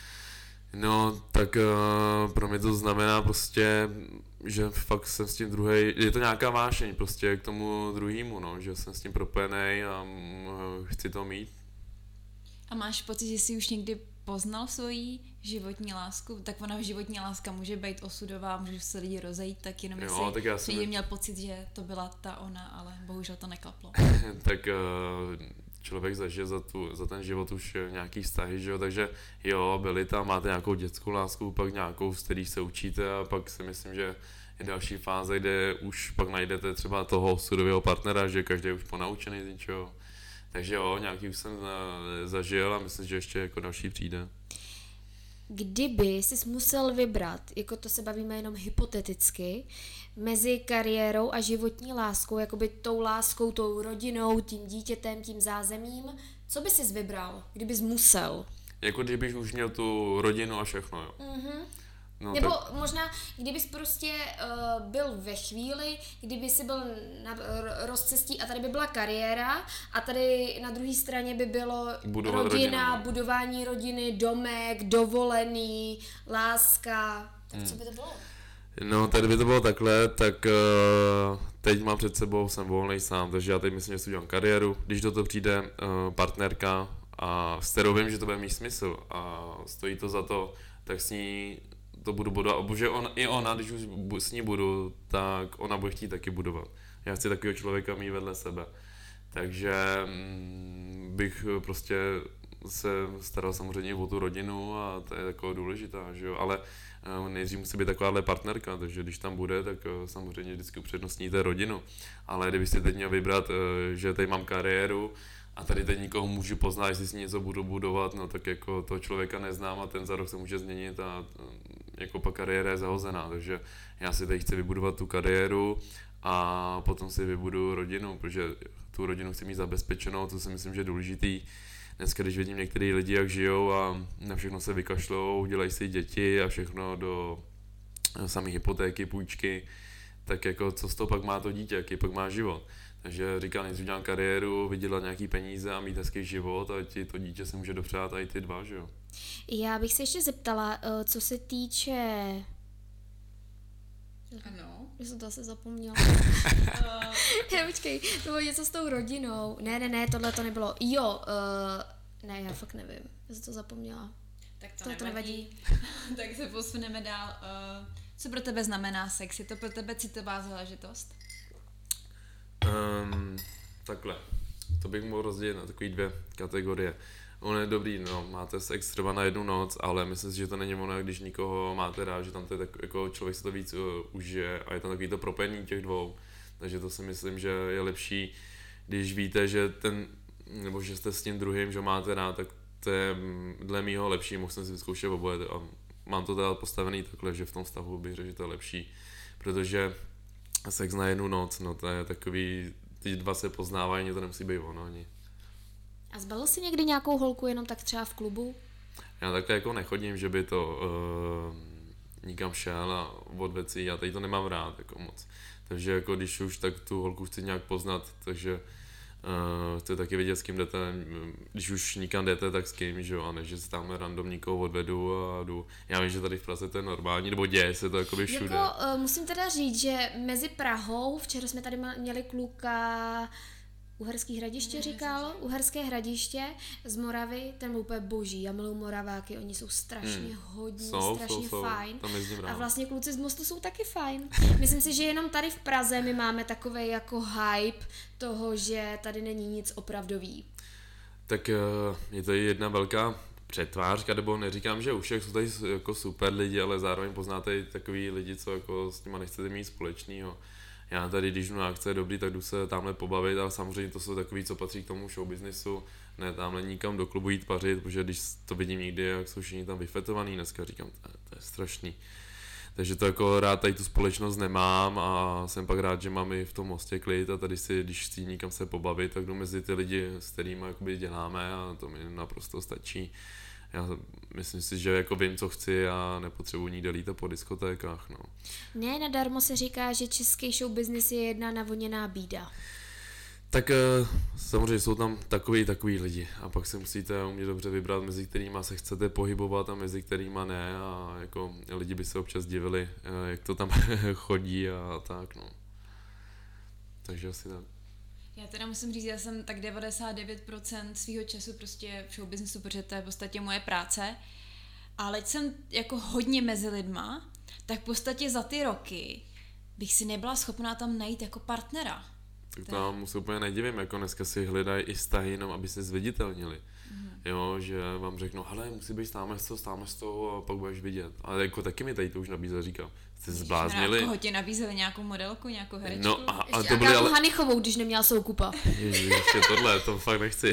No, tak uh, pro mě to znamená prostě, že fakt jsem s tím druhej, je to nějaká vášeň prostě k tomu druhému, no, že jsem s tím propojený a uh, chci to mít. A máš pocit, že jsi už někdy poznal svoji životní lásku? Tak ona životní láska může být osudová, můžou se lidi rozejít, tak jenom Jo, jestli tak já jsem- jsi měl pocit, že to byla ta ona, ale bohužel to neklaplo. Tak uh, člověk zažije za, tu, za ten život už nějaký vztahy, že jo, takže jo, byli tam, máte nějakou dětskou lásku, pak nějakou, z který se učíte a pak si myslím, že je další fáze, kde už pak najdete třeba toho sudového partnera, že každý je už ponaučený z něčeho. Takže jo, nějaký už jsem uh, zažil a myslím, že ještě jako další přijde. Kdyby jsi musel vybrat, jako to se bavíme jenom hypoteticky, mezi kariérou a životní láskou, jakoby tou láskou, tou rodinou, tím dítětem, tím zázemím, co by jsi vybral, kdybys musel? Jako kdybych už měl tu rodinu a všechno, jo. Mhm. No, Nebo tak, možná, kdybys prostě uh, byl ve chvíli, kdyby jsi byl na r- rozcestí a tady by byla kariéra a tady na druhé straně by bylo Budovat rodina, rodinu, no. budování rodiny, domek, dovolený, láska, tak co by to bylo? no, tady by to bylo takhle, tak uh, teď mám před sebou, jsem volnej sám, takže já teď myslím, že si udělám kariéru, když do toho přijde uh, partnerka a s kterou vím, že to bude mít smysl a stojí to za to, tak s ní to budu budovat. Bože, on, i ona, když už s ní budu, tak ona bude chtít taky budovat. Já chci takového člověka mít vedle sebe. Takže mm, bych prostě se staral samozřejmě o tu rodinu a to je taková důležitá, že jo, ale nejdřív musí být takováhle partnerka, takže když tam bude, tak samozřejmě vždycky upřednostníte rodinu, ale kdybyste teď měl vybrat, že tady mám kariéru a tady teď nikoho můžu poznat, jestli si něco budu budovat, no tak jako toho člověka neznám a ten za rok se může změnit a jako pak kariéra je zahozená, takže já si teď chci vybudovat tu kariéru a potom si vybudu rodinu, protože tu rodinu chci mít zabezpečenou, to si myslím, že je důležitý. Dneska, když vidím některý lidi, jak žijou a na všechno se vykašlou, dělají si děti a všechno do samé hypotéky, půjčky, tak jako co z toho pak má to dítě, jaký pak má život. Takže říkám, nejdřív dělám kariéru, vydělat nějaký peníze a mít hezký život a ti to dítě se může dopřát a i ty dva, že jo. Já bych se ještě zeptala, co se týče... Ano. Já jsem to asi zapomněla. Ne, počkej, to bylo něco s tou rodinou. Ne, ne, ne, tohle to nebylo. Jo, uh, ne, já fakt nevím. Já jsem to zapomněla. Tak to, to, to nevadí. Tak se posuneme dál. Uh, co pro tebe znamená sex? Je to pro tebe citová záležitost? Um, takhle. To bych mohl rozdělit na takové dvě kategorie. On je dobrý, no, máte sex třeba na jednu noc, ale myslím si, že to není ono, když nikoho máte rád, že tam to je tak, jako člověk se to víc uh, užije a je tam takový to propojení těch dvou. Takže to si myslím, že je lepší, když víte, že ten, nebo že jste s tím druhým, že máte rád, tak to je dle mýho lepší, mohl jsem si vyzkoušet oboje a mám to teda postavený takhle, že v tom vztahu bych řekl, že to je lepší, protože sex na jednu noc, no to je takový, ty dva se poznávají, to nemusí být ono ani. A zbalil jsi někdy nějakou holku jenom tak třeba v klubu? Já takhle jako nechodím, že by to uh, nikam šel a od věcí, já tady to nemám rád jako moc. Takže jako když už, tak tu holku chci nějak poznat, takže uh, chci taky vědět, s kým jdete, když už nikam jdete, tak s kým, že jo, a ne, že si tam random nikoho odvedu a jdu. Já vím, že tady v Praze to je normální, nebo děje se to jakoby všude. Jako, uh, musím teda říct, že mezi Prahou, včera jsme tady měli kluka, Uherský Hradiště no, říkal, Uherské Hradiště z Moravy, ten byl úplně boží, já miluji Moraváky, oni jsou strašně hmm. hodní, jsou, strašně jsou, fajn jsou. A vlastně kluci z Mostu jsou taky fajn. Myslím si, že jenom tady v Praze my máme takovej jako hype toho, že tady není nic opravdový. Tak je to jedna velká přetvářka, nebo neříkám, že u všech jsou tady jako super lidi, ale zároveň poznáte i takový lidi, co jako s nima nechcete mít společného. Já tady, když jdu na akce dobrý, tak jdu se tamhle pobavit, ale samozřejmě to jsou takový, co patří k tomu showbiznisu, ne tamhle nikam do klubu jít pařit, protože když to vidím někdy, jak jsou všichni tam vyfetovaný, dneska říkám, to, to je strašný. Takže to jako rád tady tu společnost nemám a jsem pak rád, že mám i v tom Mostě klid a tady si, když chci někam se pobavit, tak jdu mezi ty lidi, s kterými jakoby děláme a to mi naprosto stačí. Já myslím si, že jako vím, co chci a nepotřebuji nikde lítat po diskotékách, no. Ne, nadarmo se říká, že český show business je jedna navoněná bída. Tak samozřejmě jsou tam takový takový lidi a pak se musíte umět dobře vybrat, mezi kterýma se chcete pohybovat a mezi kterýma ne a jako lidi by se občas divili, jak to tam chodí a tak, no. Takže asi tak. Já teda musím říct, já jsem tak devadesát devět procent svýho času prostě v showbiznesu, protože to je v podstatě moje práce. Ale teď jsem jako hodně mezi lidma, tak v podstatě za ty roky bych si nebyla schopná tam najít jako partnera. Tak to vám se úplně nedivím, jako dneska si hledají i vztahy jenom, aby se zviditelnili. Mm. Jo, že vám řeknou, hele, musí být stáme s toho, stáme s toho a pak budeš vidět. Ale jako taky mi tady to už nabízel, říkám, jste zbláznili. Koho ti nabízeli, nějakou modelku, nějakou herečku? No, a, a to byly ale... Hanichovou, když neměla Soukupa. Ježiš, ještě tohle, to fakt nechci.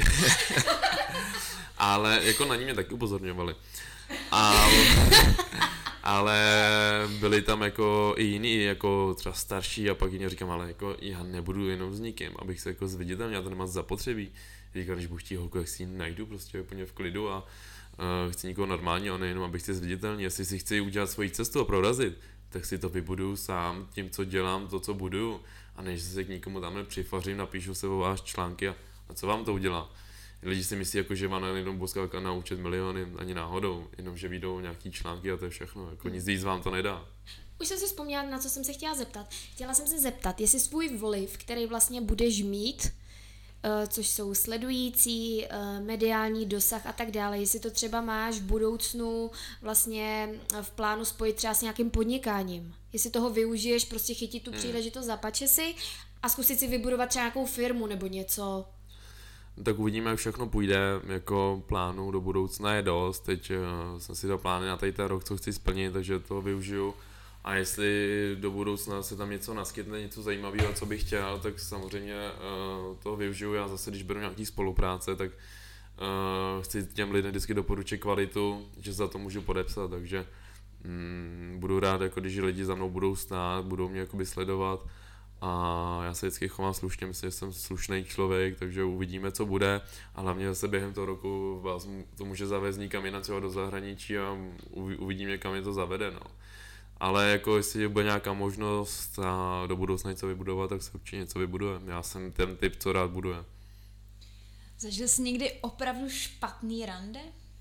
Ale jako na ní mě taky upozorňovali. Ale, ale byli tam jako i jiní, jako třeba starší a pak jiní říkám, ale jako já nebudu jenom s nikým, abych se jako zviditelnil, já to nemám zapotřebí. Říkám, když budu chtít holku, jak si ji najdu prostě úplně v klidu a uh, chci někoho normálně, a nejenom abych si zviditelnil, jestli si chci udělat svoji cestu a prorazit, tak si to vybuduju sám tím, co dělám, to, co buduju. A než se k nikomu tamhle přifařím, napíšu se o vás články a, a co vám to udělá. Lidi si myslí, jako, že vám jenom Boskálka naučit miliony, ani náhodou, jenom že vyjdou nějaký články a to je všechno, jako nic víc vám to nedá. Už jsem si vzpomněla, na co jsem se chtěla zeptat. Chtěla jsem se zeptat, jestli svůj vliv, který vlastně budeš mít což jsou sledující, mediální dosah a tak dále. Jestli to třeba máš v budoucnu vlastně v plánu spojit třeba s nějakým podnikáním. Jestli toho využiješ, prostě chytit tu příležitost, zapače si a zkusit si vybudovat třeba nějakou firmu nebo něco. Tak uvidíme, jak všechno půjde, jako plánu do budoucna je dost, teď uh, jsem si dal plány na tady ten rok, co chci splnit, takže to využiju a jestli do budoucna se tam něco naskytne, něco zajímavého, co bych chtěl, tak samozřejmě uh, toho využiju. Já zase, když beru nějaký spolupráce, tak uh, chci těm lidem vždycky doporučit kvalitu, že za to můžu podepsat, takže um, budu rád, jako když lidi za mnou budou stát, budou mě jakoby sledovat. A já se vždycky chovám slušně, myslím, že jsem slušný člověk, takže uvidíme, co bude a hlavně zase během toho roku vás to může zavést někam jinam, třeba do zahraničí a uvidíme, kam je to zavede, no. Ale jako jestli bude nějaká možnost a do budoucna něco vybudovat, tak se určitě něco vybuduje. Já jsem ten typ, co rád buduje. Zažil jsi někdy opravdu špatný rande?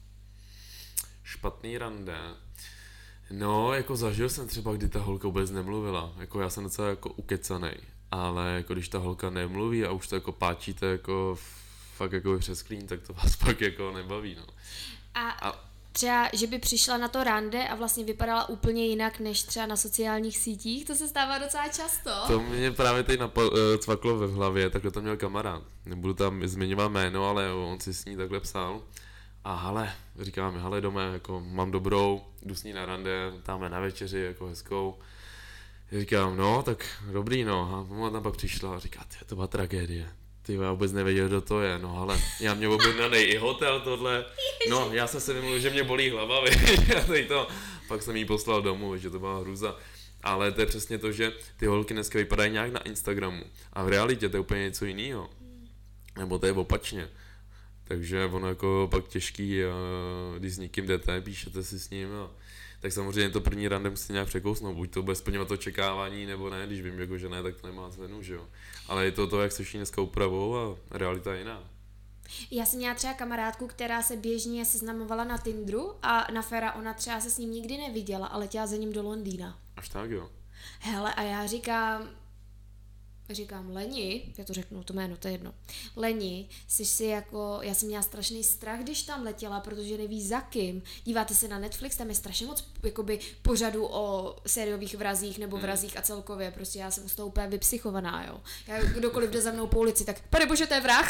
Špatný rande? No, jako zažil jsem třeba, kdy ta holka vůbec nemluvila, jako já jsem docela jako ukecanej, ale jako když ta holka nemluví a už to jako páčíte jako fakt jako přes klín, tak to vás pak jako nebaví, no. A, a třeba, že by přišla na to rande a vlastně vypadala úplně jinak než třeba na sociálních sítích, to se stává docela často. To mě právě teď napo- cvaklo ve hlavě, takhle to měl kamarád, nebudu tam zmiňovat jméno, ale on si s ní takhle psal. A hele, říkám, hele doma, jako mám dobrou, jdu s ní na rande, tamhle na večeři, jako hezkou. Říkám, no, tak dobrý, no. A mama tam pak přišla a říká, ty, to byla tragédie. Ty, já vůbec nevěděl, kdo to je, no ale já mě objednanej i hotel, tohle. No, já jsem se vymluvil, že mě bolí hlava, víš, to. Pak jsem jí poslal domů, že to byla hruza. Ale to je přesně to, že ty holky dneska vypadají nějak na Instagramu. A v realitě to je úplně něco jiného. Nebo to je opačně. Takže ono jako pak těžký, když s někým jdete, píšete si s ním, a tak samozřejmě to první rande musíte nějak překousnout, buď to bude splňovat očekávání, nebo ne, když vím, jako, že ne, tak to nemá cenu, že jo. Ale je to to, jak se všichni dneska upravou a realita je jiná. Já jsem měla třeba kamarádku, která se běžně seznamovala na Tinderu a na Fera ona třeba se s ním nikdy neviděla, ale letěla za ním do Londýna. Až tak, jo. Hele, a já říkám, říkám, Leni, já to řeknu, to jméno, to je jedno. Leni, jsi si jako, já jsem měla strašný strach, když tam letěla, protože neví za kým. Díváte se na Netflix, tam je strašně moc jakoby pořadů o sériových vrazích nebo vrazích a celkově, prostě já jsem z toho úplně vypsychovaná, jo. Já, kdokoliv jde za mnou po ulici, tak pane bože, to je vrah.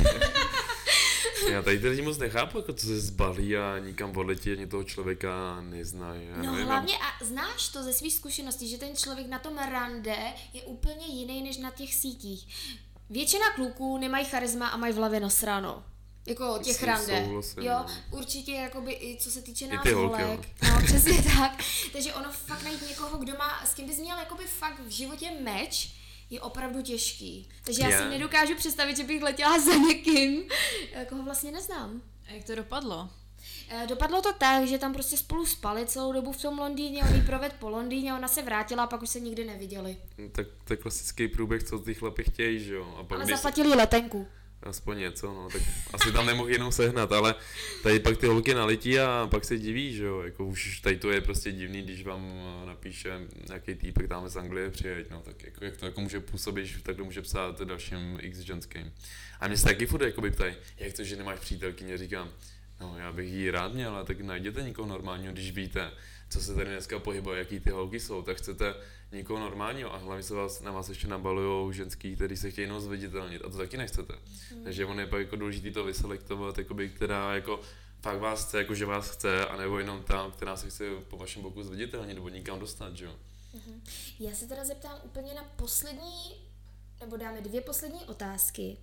Já tady ty lidi moc nechápu, jako co se zbalí a nikam odletí, ani toho člověka neznají. No nevím, hlavně a znáš to ze svých zkušeností, že ten člověk na tom rande je úplně jiný než na těch sítích. Většina kluků nemají charisma a mají v hlavě nasráno. Jako těch rande. Souhlasím, jo, no. Určitě jakoby i co se týče nás ty holky, holek. No, přesně tak. Takže ono fakt najít někoho, kdo má, s kým bys měl jakoby fakt v životě meč, je opravdu těžký. Takže já je. si nedokážu představit, že bych letěla za někým, koho vlastně neznám. A jak to dopadlo? Dopadlo to tak, že tam prostě spolu spali celou dobu v tom Londýně, on jí proved po Londýně, ona se vrátila a pak už se nikdy neviděli. Tak to je klasický průběh, co ty chlapi chtějí, že jo. A pak Ale když zaplatili jí letenku. Aspoň něco, no, tak asi tam nemohl jenom sehnat, ale tady pak ty holky naletí a pak se diví, že jo, jako už tady to je prostě divný, když vám napíše nějaký týpek tam z Anglie přijeď, no, tak jako, jak to jako může působit, že takhle může psát dalším x ženským. A mě se taky furt jakoby ptají, jak to, že nemáš přítelkyně, říkám, no já bych jí rád měl, ale tak najděte někoho normálního, když víte, co se tady dneska pohybuje, jaký ty holky jsou, tak chcete někoho normálního a hlavně se vás, na vás ještě nabalujou ženský, který se chtějí jenom zviditelnit a to taky nechcete. Mm. Takže on je pak jako důležitý to vyselektovat, jakoby, která jako fakt vás chce, jako že vás chce, anebo jenom ta, která se chce po vašem boku zviditelnit nebo nikam dostat, že jo. Mm. Já se teda zeptám úplně na poslední, nebo dáme dvě poslední otázky.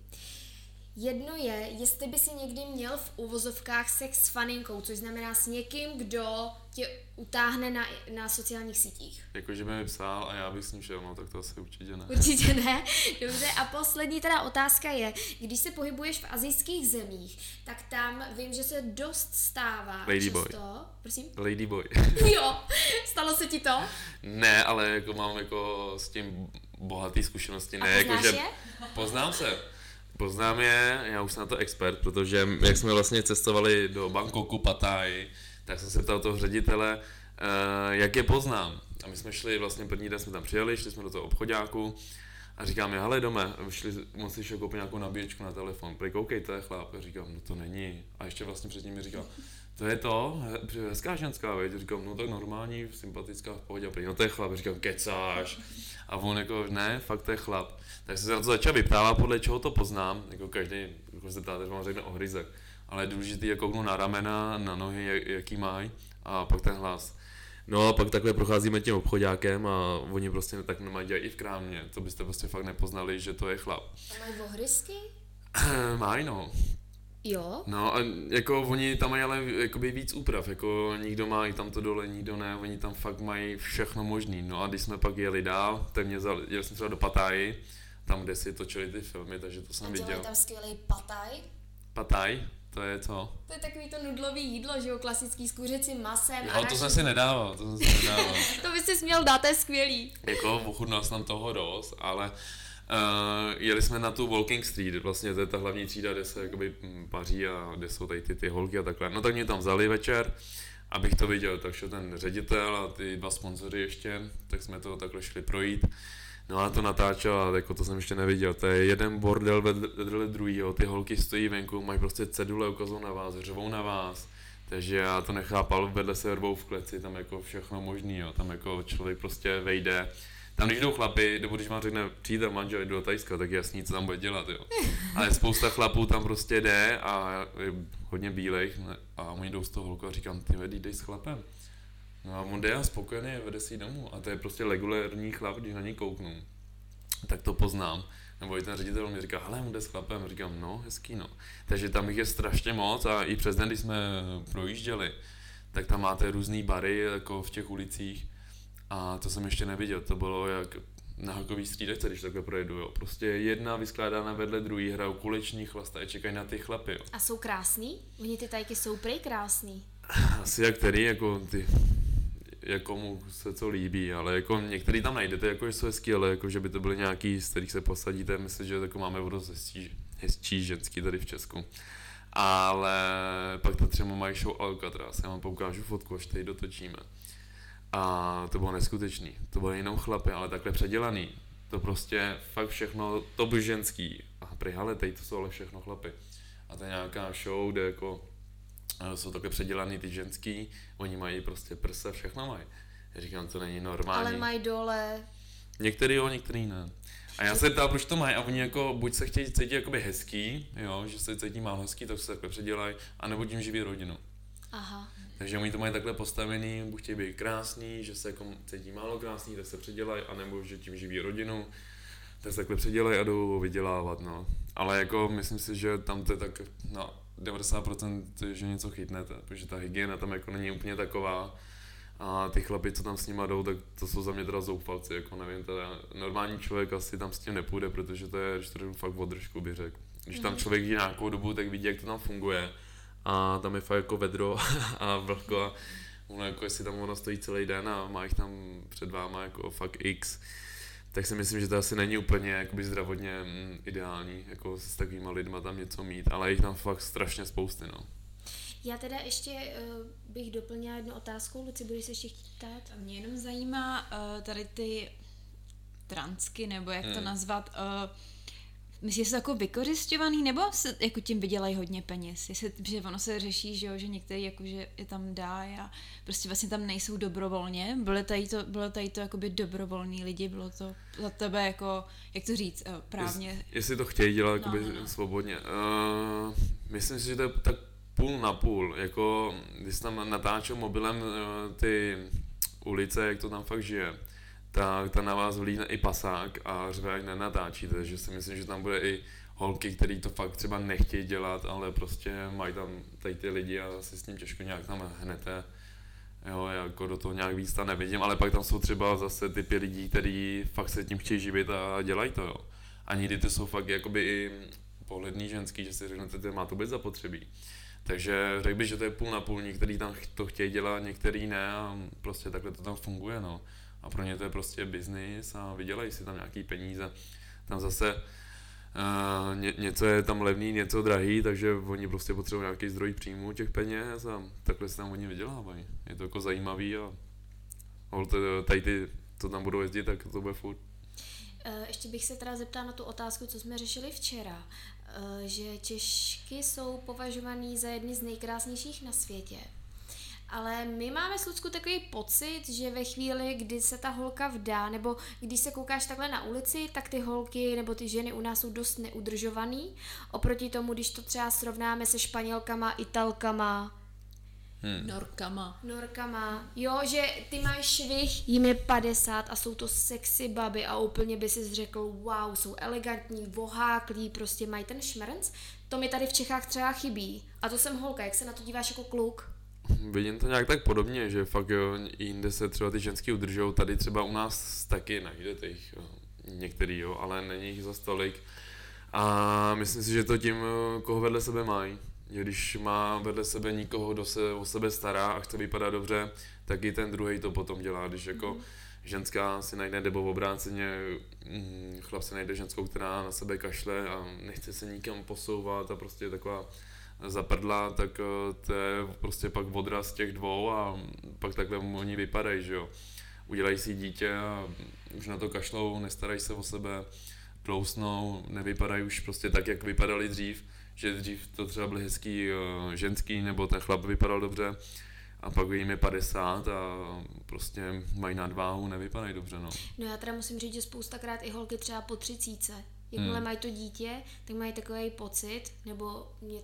Jedno je, jestli by si někdy měl v uvozovkách sex s faninkou, což znamená s někým, kdo tě utáhne na, na sociálních sítích. Jakože by mi psal a já bych s ním šel, no tak to asi určitě ne. Určitě ne, dobře. A poslední teda otázka je, když se pohybuješ v asijských zemích, tak tam vím, že se dost stává Ladyboy. často. Prosím? Ladyboy. Jo, stalo se ti to? Ne, ale jako mám jako s tím bohatý zkušenosti. A ne, poznáš jako, je? Poznám se. Poznám je, já už jsem na to expert, protože jak jsme vlastně cestovali do Bangkoku, Pattaya, tak jsem se ptal toho ředitele, uh, jak je poznám. A my jsme šli, vlastně první den jsme tam přijeli, šli jsme do toho obchodáku A říkám mi, hele dome, šli, musíš jako koupit nějakou nabíječku na telefon. Prý, koukej, to je chlap. A říkám, no to není. A ještě vlastně předtím mi říkal, to je to, hezká ženská, veď. Říkám, no tak normální, sympatická, v pohodě. Prý, no to je chlap. Říkám, kecáš. A on jako, ne, fakt to je chlap. Tak jsem se na to začal vyptávat, podle čeho to poznám. Jako každý, jako se ptáte, vám řekne ohryzek. Ale je důležitý, jako kouknu na ramena, na nohy, jak, jaký mají. A pak ten hlas. No a pak takhle procházíme tím obchodákem a oni prostě tak nemají dělat i v krámě, to byste prostě fakt nepoznali, že to je chlap. A mají ohrysky? Mají no. Jo? No a jako oni tam mají ale jakoby víc úprav, jako nikdo má i tam to dole, nikdo ne, oni tam fakt mají všechno možný. No a když jsme pak jeli dál, tak mě vzali, jeli jsme třeba do Pattaji, tam kde si točili ty filmy, takže to jsem a viděl. A tam skvělý pataj? Pattaj? To je co? To je takový to nudlový jídlo, že jo, klasický s kuřecím masem. Jo, to jsem si nedával, to jsem si nedával. To bys si směl dát, to je skvělý. Jako ochutnal jsem toho dost, ale uh, jeli jsme na tu Walking Street, vlastně to je ta hlavní třída, kde se jakoby paří a kde jsou tady ty, ty holky a takhle. No tak mě tam vzali večer, abych to viděl, tak šel ten ředitel a ty dva sponzory ještě, tak jsme to takhle šli projít. No a to natáčel a jako to jsem ještě neviděl, to je jeden bordel vedle druhýho, ty holky stojí venku, mají prostě cedule, ukazují na vás, řvou na vás, takže já to nechápal, vedle se rvou v kleci, tam jako všechno možný, jo. Tam jako člověk prostě vejde, tam když jdou chlapi, nebo když vám řekne přítel manžel, jdu do Tajska, tak je jasný, co tam bude dělat, jo. Ale spousta chlapů tam prostě jde a je hodně bílejch a oni jdou z toho holku a říkám, ty vedí, dej s chlapem. No a on jde a spokojený, vede si domů a to je prostě regulérní chlap, když na něj kouknu, tak to poznám. Nebo i ten ředitel mi říká, hele, on jde s chlapem, říkám, no, hezký, no. Takže tam jich je strašně moc a i přes den, když jsme projížděli, tak tam máte různý bary jako v těch ulicích a to jsem ještě neviděl, to bylo jak na hokejový střídačce, když takhle projedu, jo. Prostě jedna vyskládána vedle druhý, hrajou kuleční chlasta a čekají na ty chlapy, jo. A jsou krásný? Oni ty tajky jsou prej krásný. Asi jak který, jako ty, jakomu se co líbí, ale jako některý tam najdete, jako jsou hezký, ale jako že by to byly nějaký, z kterých se posadíte, myslím, že jako máme vodost hezčí, hezčí ženský tady v Česku. Ale pak to třeba mají show Alcatraz, já vám poukážu fotku, až tady dotočíme. A to bylo neskutečný, to bylo jenom chlapy, ale takhle předělaný. To prostě fakt všechno, to by ženský. A prý, ale tady to jsou ale všechno chlapy. A to je nějaká show, kde jako jsou také předělaný ty ženský, oni mají prostě prse, všechno mají. Já říkám, to není normální. Ale mají dole. Některý jo, některý ne. A já se ptám, proč to mají a oni jako buď se chtějí cítit jakoby hezký, jo, že se cítí málo hezký, tak se takhle předělají, anebo tím živí rodinu. Aha. Takže oni to mají takhle postavený, buď chtějí být krásný, že se jako cítí málo krásný, tak se předělají, anebo že tím živí rodinu, tak se takhle předělají a jdou vydělávat, no. Ale jako myslím si, že tam to je tak, no, devadesát procent, že něco chytnete, protože ta hygiena tam jako není úplně taková a ty chlapi, co tam s nima jdou, tak to jsou za mě teda zoufalci, jako nevím, teda normální člověk asi tam s tím nepůjde, protože to je, když to jdu fakt održku, bych řekl. Když tam člověk žije nějakou dobu, tak vidí, jak to tam funguje a tam je fakt jako vedro a vlhko a ono jako jestli tam ono stojí celý den a má jich tam před váma jako fakt x, tak si myslím, že to asi není úplně jakoby zdravotně mm, ideální, jako s takovýma lidma tam něco mít, ale jich tam fakt strašně spousty, no. Já teda ještě uh, bych doplnila jednu otázku, Luci, budeš se ještě chtít ptát? A mě jenom zajímá uh, tady ty transky, nebo jak hmm. to nazvat, uh, myslíš, že jsou jako vykořisťovaný, nebo se jako tím vydělají hodně peněz? Jestli, že ono se řeší, že, jo, že některý jakože je tam dají a prostě vlastně tam nejsou dobrovolně. Bylo tady to, bylo tady to jakoby dobrovolní lidi, bylo to za tebe jako, jak to říct, uh, právně? Jest, jestli to chtějí dělat no, jakoby no, no. svobodně. Uh, myslím si, že to je tak půl na půl, jako když tam natáčel mobilem uh, ty ulice, jak to tam fakt žije, tak tam na vás vlídne i pasák a řve, jak nenatáčíte, takže si myslím, že tam bude i holky, který to fakt třeba nechtějí dělat, ale prostě mají tam tady ty lidi a si s tím těžko nějak tam hnete. Jo, jako do toho nějak víc tam nevidím, ale pak tam jsou třeba zase typy lidí, kteří fakt se tím chtějí živit a dělají to, jo. A někdy to jsou fakt jakoby i pohledný ženský, že si řeknete, že má to být zapotřebí. Takže řekl bych, že to je půl na půl, některý tam to chtějí dělat, některý ne a prostě takhle to tam funguje, no. A pro ně to je prostě biznis a vydělají si tam nějaký peníze. Tam zase uh, ně, něco je tam levný, něco drahý, takže oni prostě potřebují nějaký zdroj příjmu těch peněz a takhle se tam oni vydělávají. Je to jako zajímavý a holt, tady ty, co tam budou jezdit, tak to bude furt. Uh, ještě bych se teda zeptala na tu otázku, co jsme řešili včera, uh, že Češky jsou považovaný za jedny z nejkrásnějších na světě. Ale my máme s Luckou takový pocit, že ve chvíli, kdy se ta holka vdá, nebo když se koukáš takhle na ulici, tak ty holky nebo ty ženy u nás jsou dost neudržovaný. Oproti tomu, když to třeba srovnáme se Španělkama, Italkama, Hmm. Norkama. Norkama, jo, že ty máš švih, jim je padesát a jsou to sexy baby a úplně by si řekl, wow, jsou elegantní, voháklí, prostě mají ten šmrnc. To mi tady v Čechách třeba chybí. A to jsem holka, jak se na to díváš jako kluk? Vidím to nějak tak podobně, že fakt jo, jinde se třeba ty ženský udržou, tady třeba u nás taky najdete jich některý, jo, ale není jich za tolik. A myslím si, že to tím, koho vedle sebe mají. Když má vedle sebe nikoho, kdo se o sebe stará a chce vypadat dobře, tak i ten druhý to potom dělá. Když jako ženská si najde, nebo v obráceně chlap si najde ženskou, která na sebe kašle a nechce se nikam posouvat a prostě je taková zaprdla, tak to je prostě pak odraz těch dvou a pak takhle oni vypadají, že jo. Udělají si dítě a už na to kašlou, nestarají se o sebe, tlousnou, nevypadají už prostě tak, jak vypadali dřív, že dřív to třeba byl hezký ženský, nebo ten chlap vypadal dobře a pak jim je padesát a prostě mají nadváhu, nevypadají dobře, no. No já teda musím říct, že spoustakrát i holky třeba po třicíce, jakmile hmm. mají to dítě, tak mají takový pocit, nebo mě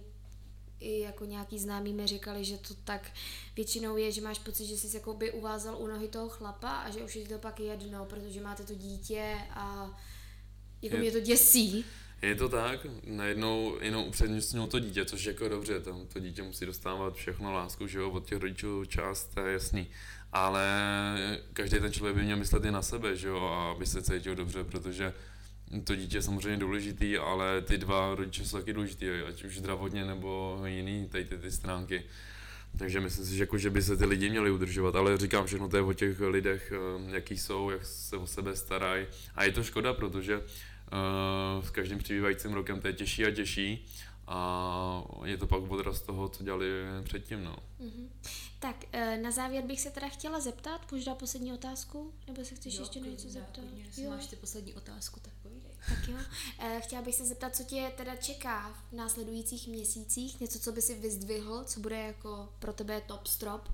i jako nějaký známí mi říkali, že to tak většinou je, že máš pocit, že jsi jakoby uvázal u nohy toho chlapa a že už je to pak jedno, protože máte to dítě a jako je, mě to děsí. Je to tak, najednou jenom upřednostňují to dítě, což je jako dobře, tam to dítě musí dostávat všechno lásku, že jo, od těch rodičů část, to je jasný. Ale každý ten člověk by měl myslet i na sebe, že jo, a aby se cítil dobře, protože to dítě je samozřejmě důležitý, ale ty dva rodiče jsou taky důležitý, ať už zdravotně nebo jiný, tady ty, ty stránky. Takže myslím si, že, jako, že by se ty lidi měli udržovat, ale říkám, všechno to je o těch lidech, jaký jsou, jak se o sebe starají. A je to škoda, protože uh, s každým přibývajícím rokem to je těžší a těžší a je to pak odraz toho, co dělali předtím. No. Mm-hmm. Tak na závěr bych se teda chtěla zeptat, možná poslední otázku, nebo se chceš jo, ještě na něco zeptat? Jestli máš ty poslední otázku, tak povídej. Tak jo. Chtěla bych se zeptat, co tě teda čeká v následujících měsících, něco, co by si vyzdvihl, co bude jako pro tebe top strop?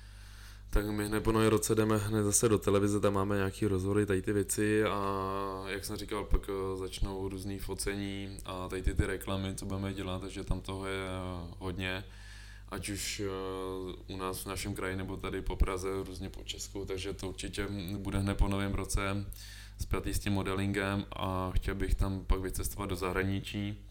Tak my hned po novém roce jdeme hned zase do televize, tam máme nějaký rozhovory, tady ty věci a jak jsem říkal, pak začnou různý focení a tady ty, ty reklamy, co budeme dělat, takže tam toho je hodně. Ať už u nás v našem kraji nebo tady po Praze, různě po Česku, takže to určitě bude hned po novém roce spjatý s tím modelingem a chtěl bych tam pak vycestovat do zahraničí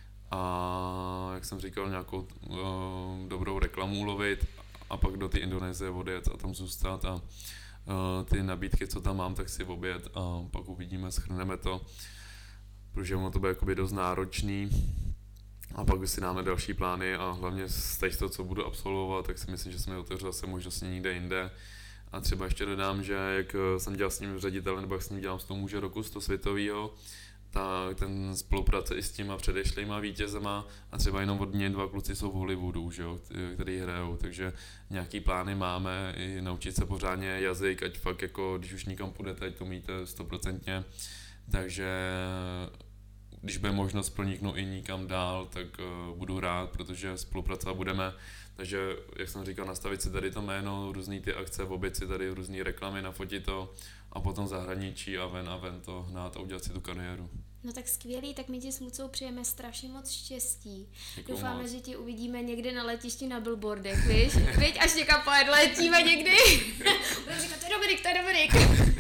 a jak jsem říkal, nějakou uh, dobrou reklamu ulovit a pak do ty Indonésie odjet a tam zůstat a uh, ty nabídky, co tam mám, tak si objet a pak uvidíme, shrneme to, protože ono to bude jakoby dost náročný. A pak si dáme další plány a hlavně z toho, co budu absolvovat, tak si myslím, že jsme otevřeli zase možnosti někde jinde. A třeba ještě dodám, že jak jsem dělal s ním ředitelem, nebo jak s ním dělám z toho muže roku, z toho světového, tak ten spolupráce i s těma předešlýma vítězema a třeba jenom od něj dva kluci jsou v Hollywoodu, že jo, který hrajou, takže nějaký plány máme, i naučit se pořádně jazyk, ať fakt jako, když už nikam půjdete, ať to umíte stoprocentně, takže když bude možnost proniknout i nikam dál, tak uh, budu rád, protože spolupracovat budeme. Takže, jak jsem říkal, nastavit si tady to jméno, různý ty akce, obět si tady různý reklamy, nafotit to a potom zahraničí a ven a ven to hnát a udělat si tu kariéru. No tak skvělý, tak my ti s Lucou přejeme strašně moc štěstí. Děkuju Doufáme, moc. že ti uvidíme někde na letišti na billboardech, víš? Víš, až někam pojet, letíme někdy. Budeme říkat, to je Dominik, to je Dominik.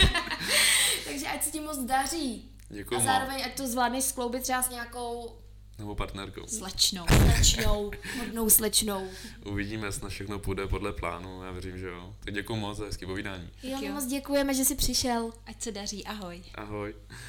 Takže ať se ti moc daří. Děkuju a zároveň, ať to zvládneš skloubit třeba s nějakou nebo partnerkou. Slečnou. Slečnou, hodnou slečnou. Uvidíme, snad všechno půjde podle plánu, já věřím, že jo. Tak děkuju moc za hezký povídání. Jo, jo. moc děkujeme, že jsi přišel. Ať se daří, ahoj. Ahoj.